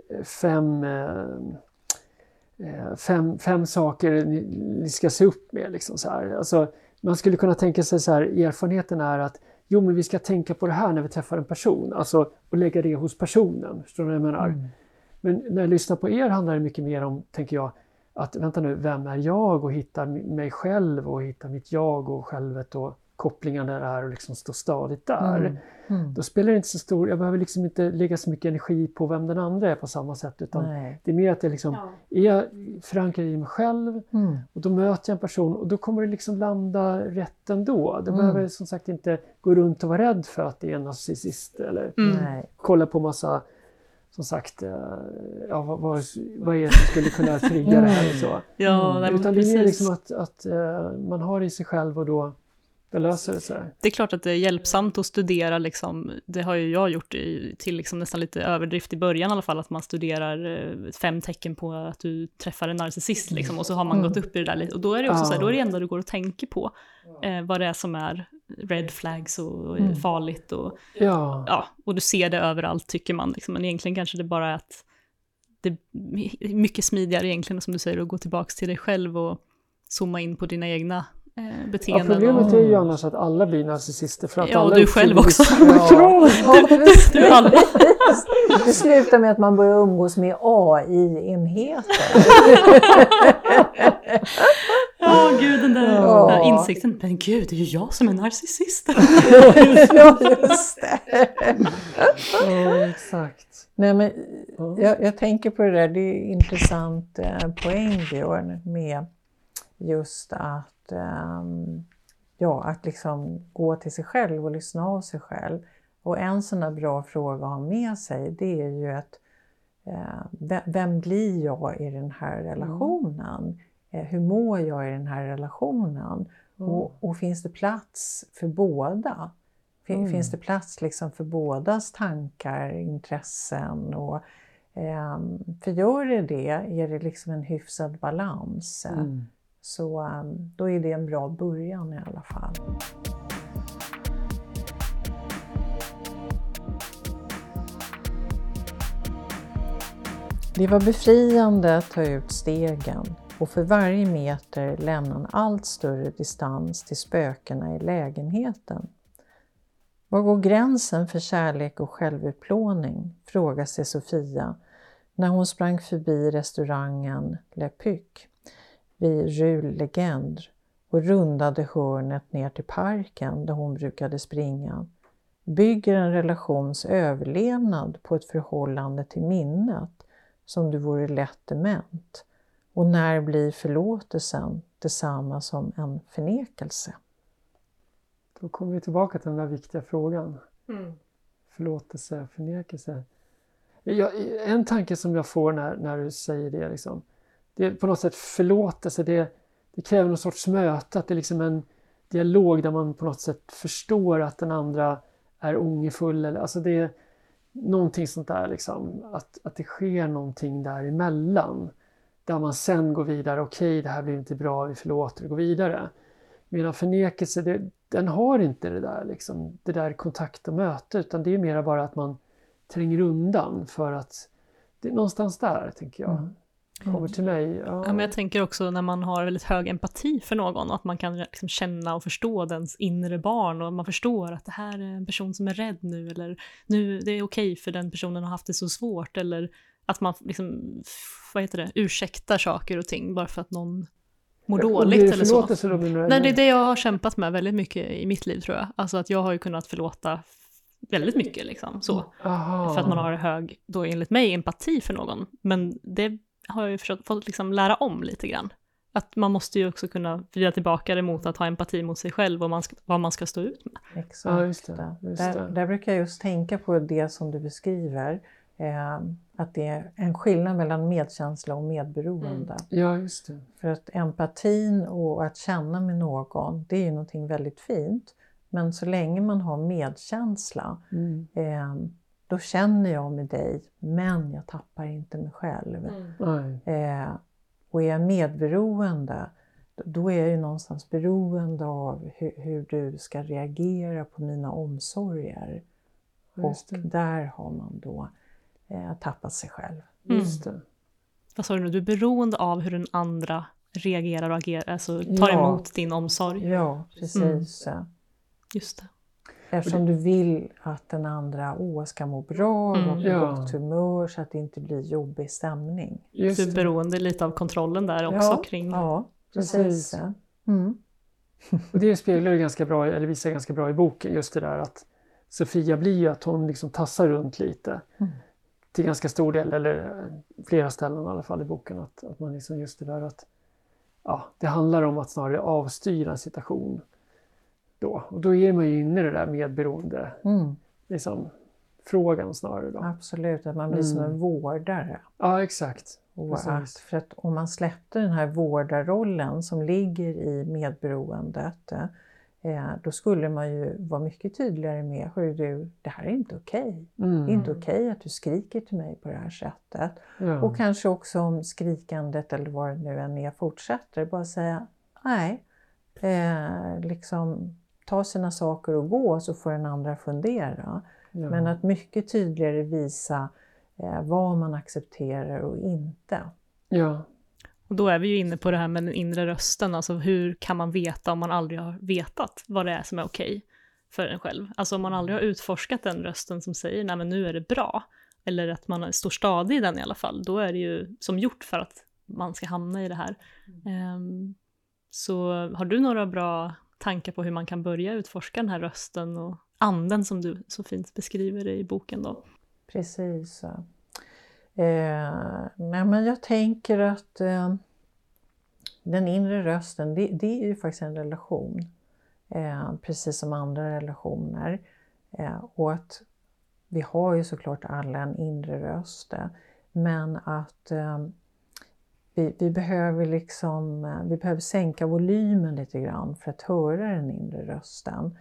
5 saker ni ska se upp med liksom så här. Alltså, man skulle kunna tänka sig så här, erfarenheten är att men vi ska tänka på det här när vi träffar en person, alltså och lägga det hos personen, förstår du vad jag menar? Men när jag lyssnar på er handlar det mycket mer om, tänker jag, att vänta nu, vem är jag, och hitta mig själv och hitta mitt jag och självet och kopplingarna där och liksom stå stadigt där. Då spelar det inte så stor, jag behöver liksom inte lägga så mycket energi på vem den andra är på samma sätt, utan det är mer att jag liksom är förankrad i mig själv och då möter jag en person och då kommer det liksom landa rätt ändå. Då behöver jag som sagt inte gå runt och vara rädd för att det är en narcissist eller kolla på massa, som sagt, vad är det som skulle kunna trigga det här och så. Utan det är mer liksom att man har det i sig själv och då löser det sig. Det är klart att det är hjälpsamt att studera, liksom, det har ju jag gjort till liksom nästan lite överdrift i början i alla fall, att man studerar 5 tecken på att du träffar en narcissist liksom, och så har man gått upp i det där lite, och då är det också så här, då är det enda du går och tänker på vad det är som är red flags och farligt och, och du ser det överallt tycker man liksom, men egentligen kanske det bara är att det är mycket smidigare egentligen, som du säger, att gå tillbaka till dig själv och zooma in på dina egna beteenden. Ja, problemet är ju annars att alla blir narcissister, för att alla och du själv också. Det slutar med att man börjar umgås med AI-enheter. Gud, den där insikten. Men gud, det är ju jag som är narcissist. Just det. Exakt. Nej, men jag tänker på det där, det är intressant poäng, Björn, med just att att liksom gå till sig själv och lyssna av sig själv. Och en sån här bra fråga att ha med sig, det är ju att vem blir jag i den här relationen? Hur mår jag i den här relationen? Och finns det plats för båda? Finns det plats liksom för bådas tankar, intressen? Och, för gör det är det liksom en hyfsad balans. Så då är det en bra början i alla fall. Det var befriande att ta ut stegen och för varje meter lämna en allt större distans till spökena i lägenheten. Var går gränsen för kärlek och självutplåning? Frågade sig Sofia när hon sprang förbi restaurangen Le Puc vid Rue Legendre och rundade hörnet ner till parken där hon brukade springa. Bygger en relations överlevnad på ett förhållande till minnet som du vore lätt dement? Och när blir förlåtelsen detsamma som en förnekelse? Då kommer vi tillbaka till den där viktiga frågan. Förlåtelse, förnekelse. En tanke som jag får när du säger det, liksom, det är på något sätt förlåtelse, det kräver någon sorts möte, att det är liksom en dialog där man på något sätt förstår att den andra är ångerfull, eller alltså det är någonting sånt där liksom, att det sker någonting däremellan där man sen går vidare, okej, det här blir inte bra, vi förlåter och går vidare. Medan förnekelse, den har inte det där liksom, det där kontakt och möte, utan det är mer bara att man tränger undan, för att det är någonstans där, tänker jag. Kommer till mig. Ja, men jag tänker också när man har väldigt hög empati för någon, och att man kan liksom känna och förstå dens inre barn, och man förstår att det här är en person som är rädd nu, eller nu det är okej för den personen har haft det så svårt, eller att man liksom, ursäktar saker och ting bara för att någon mår dåligt eller så. Nej, det är det jag har kämpat med väldigt mycket i mitt liv, tror jag. Alltså att jag har ju kunnat förlåta väldigt mycket liksom, så. För att man har hög, då enligt mig, empati för någon. Men det har jag ju fått liksom lära om lite grann. Att man måste ju också kunna vrida tillbaka det mot att ha empati mot sig själv och vad man ska stå ut med. Exakt. Ja, just det. Där brukar jag just tänka på det som du beskriver. Att det är en skillnad mellan medkänsla och medberoende. Ja, just det. För att empatin och att känna med någon, det är ju någonting väldigt fint. Men så länge man har medkänsla, då känner jag med dig, men jag tappar inte mig själv. Och är jag medberoende, då är jag ju någonstans beroende av hur du ska reagera på mina omsorger. Och där har man då tappat sig själv. Just det. Vad sa du nu? Du är beroende av hur den andra reagerar och agerar, alltså tar emot din omsorg. Ja, precis. Just det. Eftersom du vill att den andra ska må bra och på gott humör så att det inte blir jobbig stämning. Just du är beroende lite av kontrollen där också kring. Ja, precis. Och det speglar ganska bra, eller visar ganska bra i boken, just det där att Sofia blir ju att hon liksom tassar runt lite. Till ganska stor del, eller flera ställen i alla fall i boken, att man liksom just det där att det handlar om att snarare avstyra en situation då. Och då är man ju inne i det där medberoende liksom, frågan snarare då. Absolut, att man blir som en vårdare. Ja, exakt. För att om man släppte den här vårdarrollen som ligger i medberoendet, då skulle man ju vara mycket tydligare med, hör du, det här är inte okej. Det är inte okej att du skriker till mig på det här sättet. Och kanske också om skrikandet eller vad det nu än är fortsätter, bara säga nej, liksom ta sina saker och gå, så får den andra fundera. Men att mycket tydligare visa vad man accepterar och inte. Ja. Och då är vi ju inne på det här med den inre rösten. Alltså hur kan man veta om man aldrig har vetat vad det är som är okej för en själv? Alltså om man aldrig har utforskat den rösten som säger nej men nu är det bra. Eller att man står stadig i den i alla fall. Då är det ju som gjort för att man ska hamna i det här. Så har du några bra tankar på hur man kan börja utforska den här rösten och anden som du så fint beskriver i boken då? Precis. Nej, men jag tänker att den inre rösten, det är ju faktiskt en relation. Precis som andra relationer. Och att vi har ju såklart alla en inre röst. Men att vi behöver sänka volymen lite grann för att höra den inre rösten.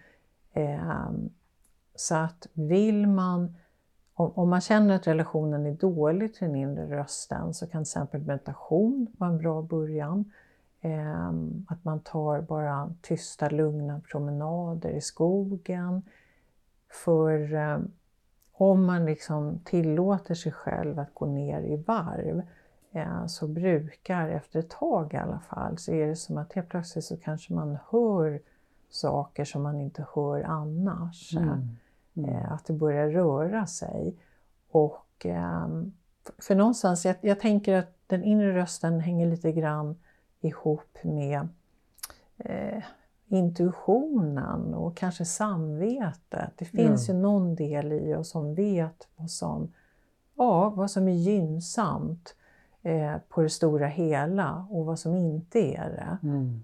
Så att vill man, om man känner att relationen är dålig till den inre rösten, så kan till exempel meditation vara en bra början. Att man tar bara tysta, lugna promenader i skogen. För om man liksom tillåter sig själv att gå ner i varv, så brukar efter ett tag i alla fall, så är det som att helt plötsligt så kanske man hör saker som man inte hör annars. Att det börjar röra sig. Och för någonstans, jag tänker att den inre rösten hänger lite grann ihop med intuitionen och kanske samvetet. Det finns ju någon del i oss som vet vad som är gynnsamt på det stora hela och vad som inte är det.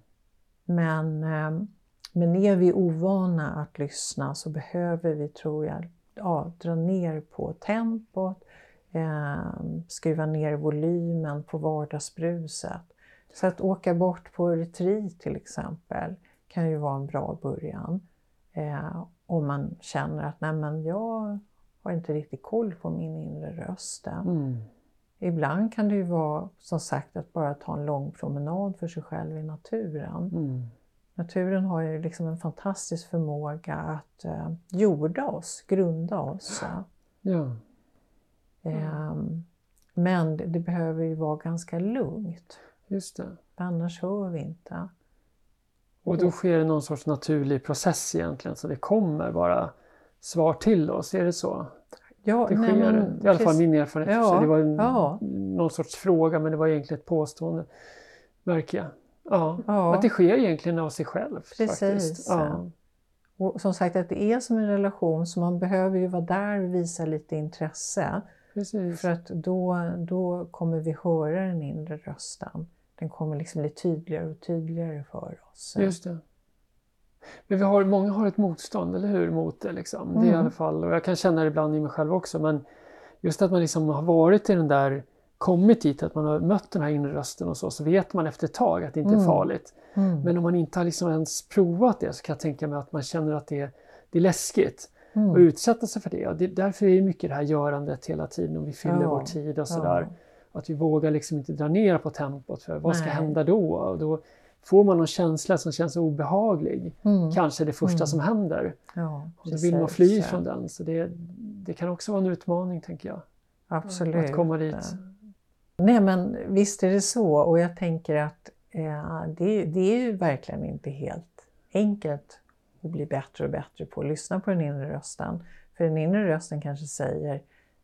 Men är vi ovana att lyssna, så behöver vi, tror jag, dra ner på tempot, skruva ner volymen på vardagsbruset. Så att åka bort på retreat till exempel kan ju vara en bra början. Om man känner att nej, men jag har inte riktigt koll på min inre röst. Ibland kan det ju vara, som sagt, att bara ta en lång promenad för sig själv i naturen. Naturen har ju liksom en fantastisk förmåga att jorda oss, grunda oss. Men det behöver ju vara ganska lugnt. Just det. Annars hör vi inte. Och då sker det någon sorts naturlig process egentligen, så det kommer bara svar till oss, är det så? Ja, det sker, i alla fall min erfarenhet. Ja, det var någon sorts fråga, men det var egentligen ett påstående, märker jag. Att det sker egentligen av sig själv. Precis. Faktiskt. Och som sagt, att det är som en relation, så man behöver ju vara där och visa lite intresse. Precis. För att då kommer vi höra den inre rösten. Den kommer liksom bli tydligare och tydligare för oss. Just det. Men många har ett motstånd, eller hur, mot det liksom. Det är i alla fall, och jag kan känna det ibland i mig själv också, men just att man liksom har varit i den där, kommit dit, att man har mött den här inre rösten och så vet man efter ett tag att det inte är farligt. Men om man inte har liksom ens provat det, så kan jag tänka mig att man känner att det är läskigt att utsätta sig för det. Och därför är det mycket det här görandet hela tiden, om vi fyller vår tid och sådär. Att vi vågar liksom inte dra ner på tempot, för vad ska hända då? Och då får man någon känsla som känns obehaglig. Kanske det första som händer. Och då vill man fly från den. Så det kan också vara en utmaning, tänker jag. Absolut. Att komma dit. Nej, men visst är det så. Och jag tänker att det är ju verkligen inte helt enkelt och bli bättre och bättre på att lyssna på den inre rösten. För den inre rösten kanske säger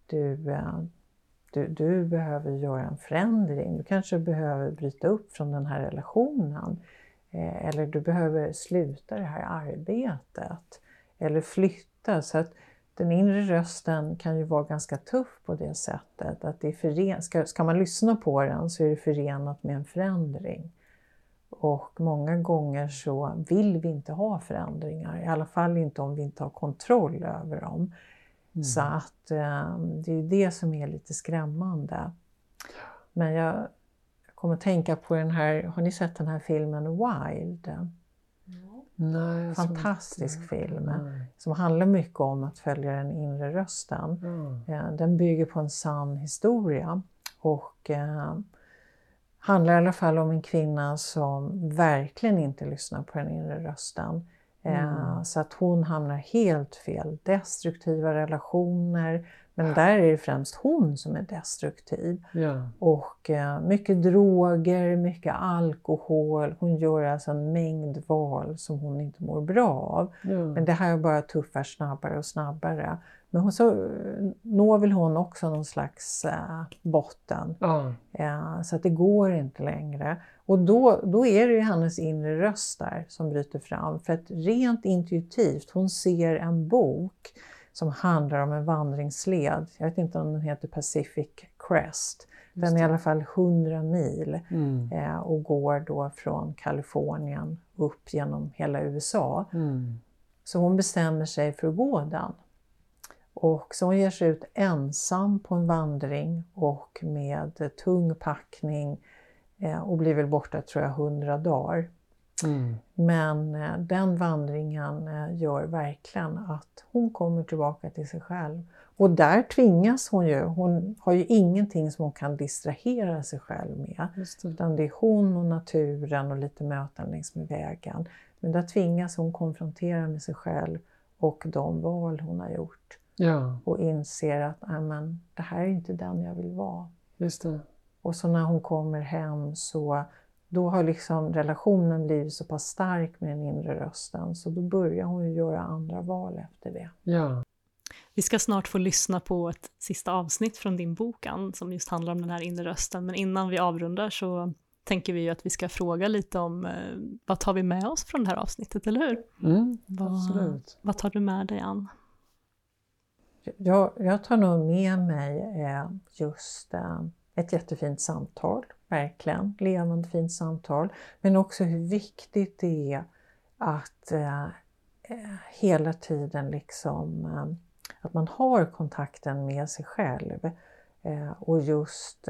du behöver göra en förändring. Du kanske behöver bryta upp från den här relationen. Eller du behöver sluta det här arbetet. Eller flytta. Så att den inre rösten kan ju vara ganska tuff på det sättet. Att det är ska man lyssna på den så är det förenat med en förändring. Och många gånger så vill vi inte ha förändringar. I alla fall inte om vi inte har kontroll över dem. Så att det är det som är lite skrämmande. Men jag kommer att tänka på den här, har ni sett den här filmen Wild? Nej, fantastisk film som handlar mycket om att följa den inre rösten. Den bygger på en sann historia och handlar i alla fall om en kvinna som verkligen inte lyssnar på den inre rösten. Så att hon hamnar helt fel. Destruktiva relationer. Men där är det främst hon som är destruktiv. Och mycket droger, mycket alkohol. Hon gör alltså en mängd val som hon inte mår bra av. Men det här bara tuffar snabbare och snabbare. Men så når väl hon också någon slags botten. Så att det går inte längre. Och då är det ju hennes inre röst där som bryter fram. För att rent intuitivt, hon ser en bok som handlar om en vandringsled. Jag vet inte om den heter Pacific Crest. Den är i alla fall 100 mil och går då från Kalifornien upp genom hela USA. Så hon bestämmer sig för att gå den. Och så hon ger sig ut ensam på en vandring och med tung packning och blir väl borta tror jag 100 dagar. Men den vandringen gör verkligen att hon kommer tillbaka till sig själv. Och där tvingas hon ju. Hon har ju ingenting som hon kan distrahera sig själv med. Utan det är hon och naturen och lite möten längs med vägen. Men där tvingas hon konfrontera med sig själv och de val hon har gjort. Och inser att det här är inte den jag vill vara. Just det. Och så när hon kommer hem så då har liksom relationen blivit så pass stark med den inre rösten. Så då börjar hon ju göra andra val efter det. Vi ska snart få lyssna på ett sista avsnitt från din bok, Ann, som just handlar om den här inre rösten. Men innan vi avrundar så tänker vi ju att vi ska fråga lite om vad tar vi med oss från det här avsnittet, eller hur? Absolut. Vad tar du med dig, Ann? Jag tar nog med mig just ett jättefint samtal, verkligen, levande fint samtal. Men också hur viktigt det är att hela tiden liksom, att man har kontakten med sig själv och just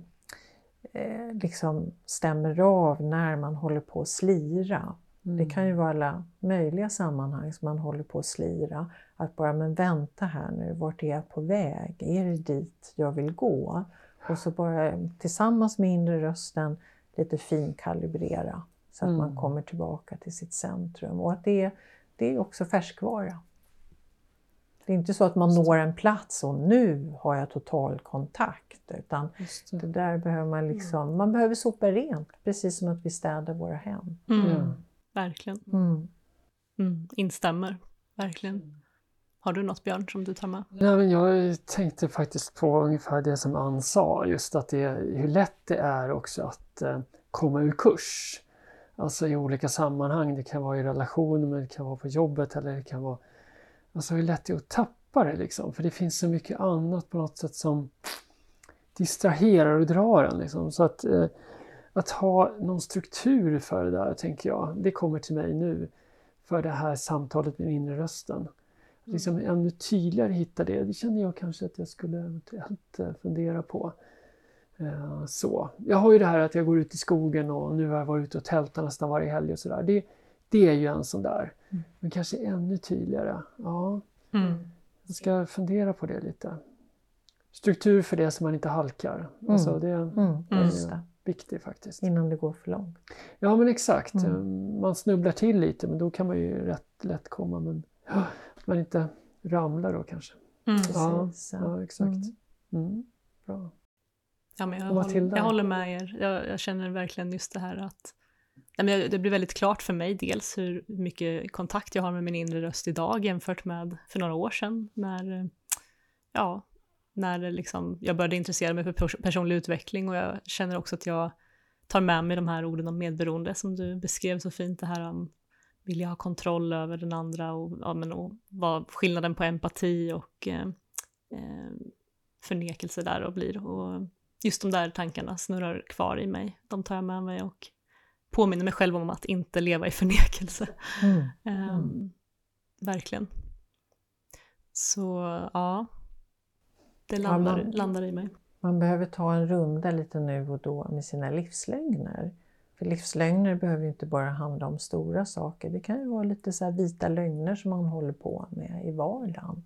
liksom stämmer av när man håller på att slira. Det kan ju vara alla möjliga sammanhang som man håller på att slira. Att bara, men vänta här nu, vart är jag på väg? Är det dit jag vill gå? Och så bara tillsammans med inre rösten lite finkalibrera. Så att man kommer tillbaka till sitt centrum. Och att det är också färskvara. Det är inte så att man når en plats och nu har jag total kontakt. Utan det där behöver man liksom, man behöver sopa rent. Precis som att vi städar våra hem. Verkligen. Instämmer, verkligen. Har du något, Björn, som du tar med? Ja, men jag tänkte faktiskt på ungefär det som Ann sa. Just att hur lätt det är också att komma ur kurs. Alltså i olika sammanhang. Det kan vara i relationer, men det kan vara på jobbet. Eller det kan vara... Alltså hur lätt det är att tappa det liksom. För det finns så mycket annat på något sätt som distraherar och drar en liksom. Så att ha någon struktur för det där, tänker jag. Det kommer till mig nu. För det här samtalet med inre rösten. Liksom ännu tydligare hitta det. Det känner jag kanske att jag skulle eventuellt fundera på. Så. Jag har ju det här att jag går ut i skogen och nu har jag varit ute och tältat nästan varje helg och sådär. Det är ju en sån där. Men kanske ännu tydligare. Ja. Jag ska fundera på det lite. Struktur för det som man inte halkar. Alltså det är viktigt faktiskt. Innan det går för långt. Ja, men exakt. Man snubblar till lite, men då kan man ju rätt lätt komma. Men man inte ramlar då kanske. Ja, exakt. Bra. Ja, men jag håller med er. Jag känner verkligen just det här att det blir väldigt klart för mig dels hur mycket kontakt jag har med min inre röst idag jämfört med för några år sedan när liksom jag började intressera mig för personlig utveckling, och jag känner också att jag tar med mig de här orden om medberoende som du beskrev så fint, det här om vill jag ha kontroll över den andra och vad skillnaden på empati och förnekelse där och blir. Och just de där tankarna snurrar kvar i mig, de tar jag med mig och påminner mig själv om att inte leva i förnekelse. Verkligen. Så ja, det landar i mig. Man behöver ta en runda lite nu och då med sina livslögner. För livslögner behöver ju inte bara handla om stora saker. Det kan ju vara lite så här vita lögner som man håller på med i vardagen.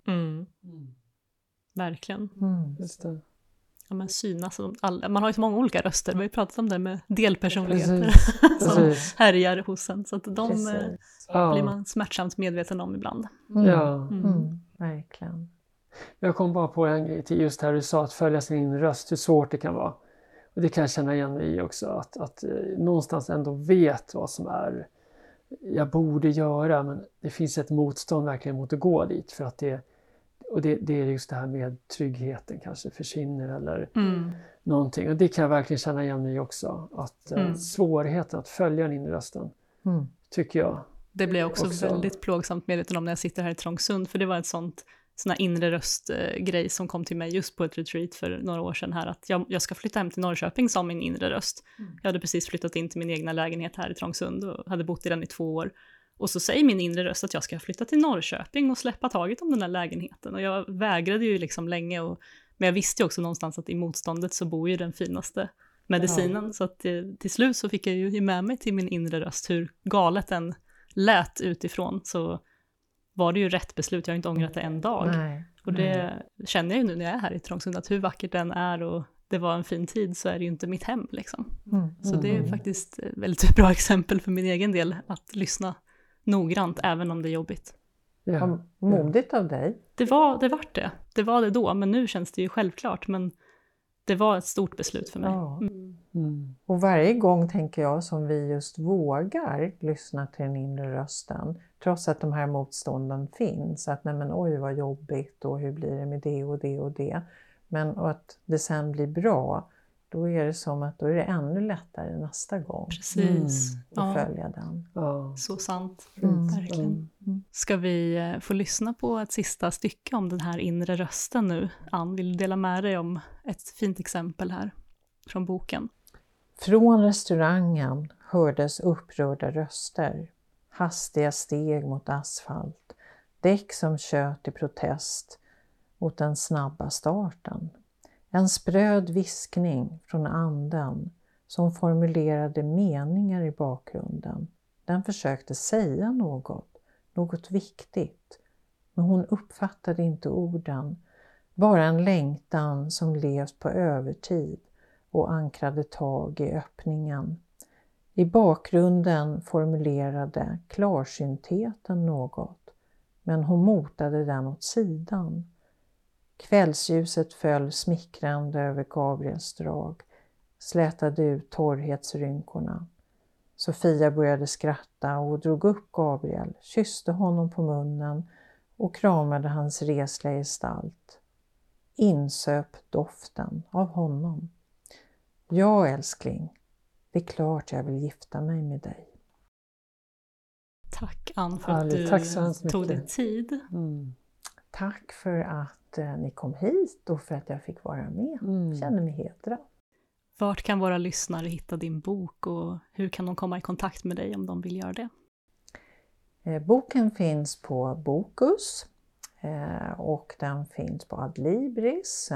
Verkligen. Just det. Ja, men synas. Man har ju så många olika röster. Vi har ju pratat om det med delpersonligheter som härjar hos en. Så att de blir man smärtsamt medveten om ibland. Verkligen. Jag kom bara på en grej till just här du sa att följa sin inre röst, hur svårt det kan vara. Och det kan jag känna igen mig i också, att någonstans ändå vet vad som är jag borde göra, men det finns ett motstånd verkligen mot att gå dit, för att det är just det här med tryggheten kanske försvinner eller någonting. Och det kan jag verkligen känna igen mig också, att svårigheten att följa den inre rösten, tycker jag. Det blir jag också väldigt plågsamt medveten om när jag sitter här i Trångsund, för det var ett sån här inre röstgrej som kom till mig just på ett retreat för några år sedan här, att jag ska flytta hem till Norrköping som min inre röst. Jag hade precis flyttat in till min egna lägenhet här i Trångsund och hade bott i den i 2 år. Och så säger min inre röst att jag ska flytta till Norrköping och släppa taget om den här lägenheten. Och jag vägrade ju liksom länge, men jag visste ju också någonstans att i motståndet så bor ju den finaste medicinen. Så att till slut så fick jag ju med mig till min inre röst, hur galet den lät utifrån, så var det ju rätt beslut. Jag har inte ångrat det en dag. Och det känner jag ju nu när jag är här i Trångsund, att hur vackert den är och det var en fin tid, så är det ju inte mitt hem liksom. Så det är ju faktiskt ett väldigt bra exempel för min egen del, att lyssna noggrant även om det är jobbigt. Modigt av dig. Det var det. Det var det då, men nu känns det ju självklart. Men det var ett stort beslut för mig. Ja. Och varje gång tänker jag som vi just vågar lyssna till den inre rösten, trots att de här motstånden finns, att nej men oj vad jobbigt och hur blir det med det och det och det, men och att det sen blir bra, då är det som att då är det ännu lättare nästa gång. Precis. Att följa den. Så sant. Verkligen. Ska vi få lyssna på ett sista stycke om den här inre rösten nu? Ann, vill du dela med dig om ett fint exempel här från boken? Från restaurangen hördes upprörda röster, hastiga steg mot asfalt, däck som tjöt i protest mot den snabba starten. En spröd viskning från anden som formulerade meningar i bakgrunden. Den försökte säga något viktigt, men hon uppfattade inte orden, bara en längtan som levt på övertid och ankrade tag i öppningen. I bakgrunden formulerade klarsyntheten något, men hon motade den åt sidan. Kvällsljuset föll smickrande över Gabriels drag, slätade ut torrhetsrynkorna. Sofia började skratta och drog upp Gabriel, kysste honom på munnen och kramade hans resliga gestalt. Insöp doften av honom. Ja, älskling, det är klart jag vill gifta mig med dig. Tack Ann för att du tog dig tid. Tack för att ni kom hit och för att jag fick vara med. Jag känner mig hedrad. Vart kan våra lyssnare hitta din bok och hur kan de komma i kontakt med dig om de vill göra det? Boken finns på Bokus och den finns på Adlibris.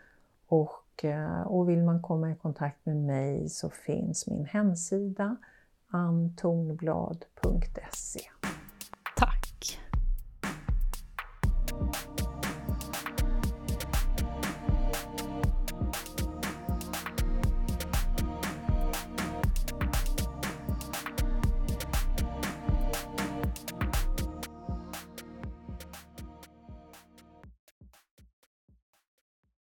Och vill man komma i kontakt med mig så finns min hemsida antornblad.se.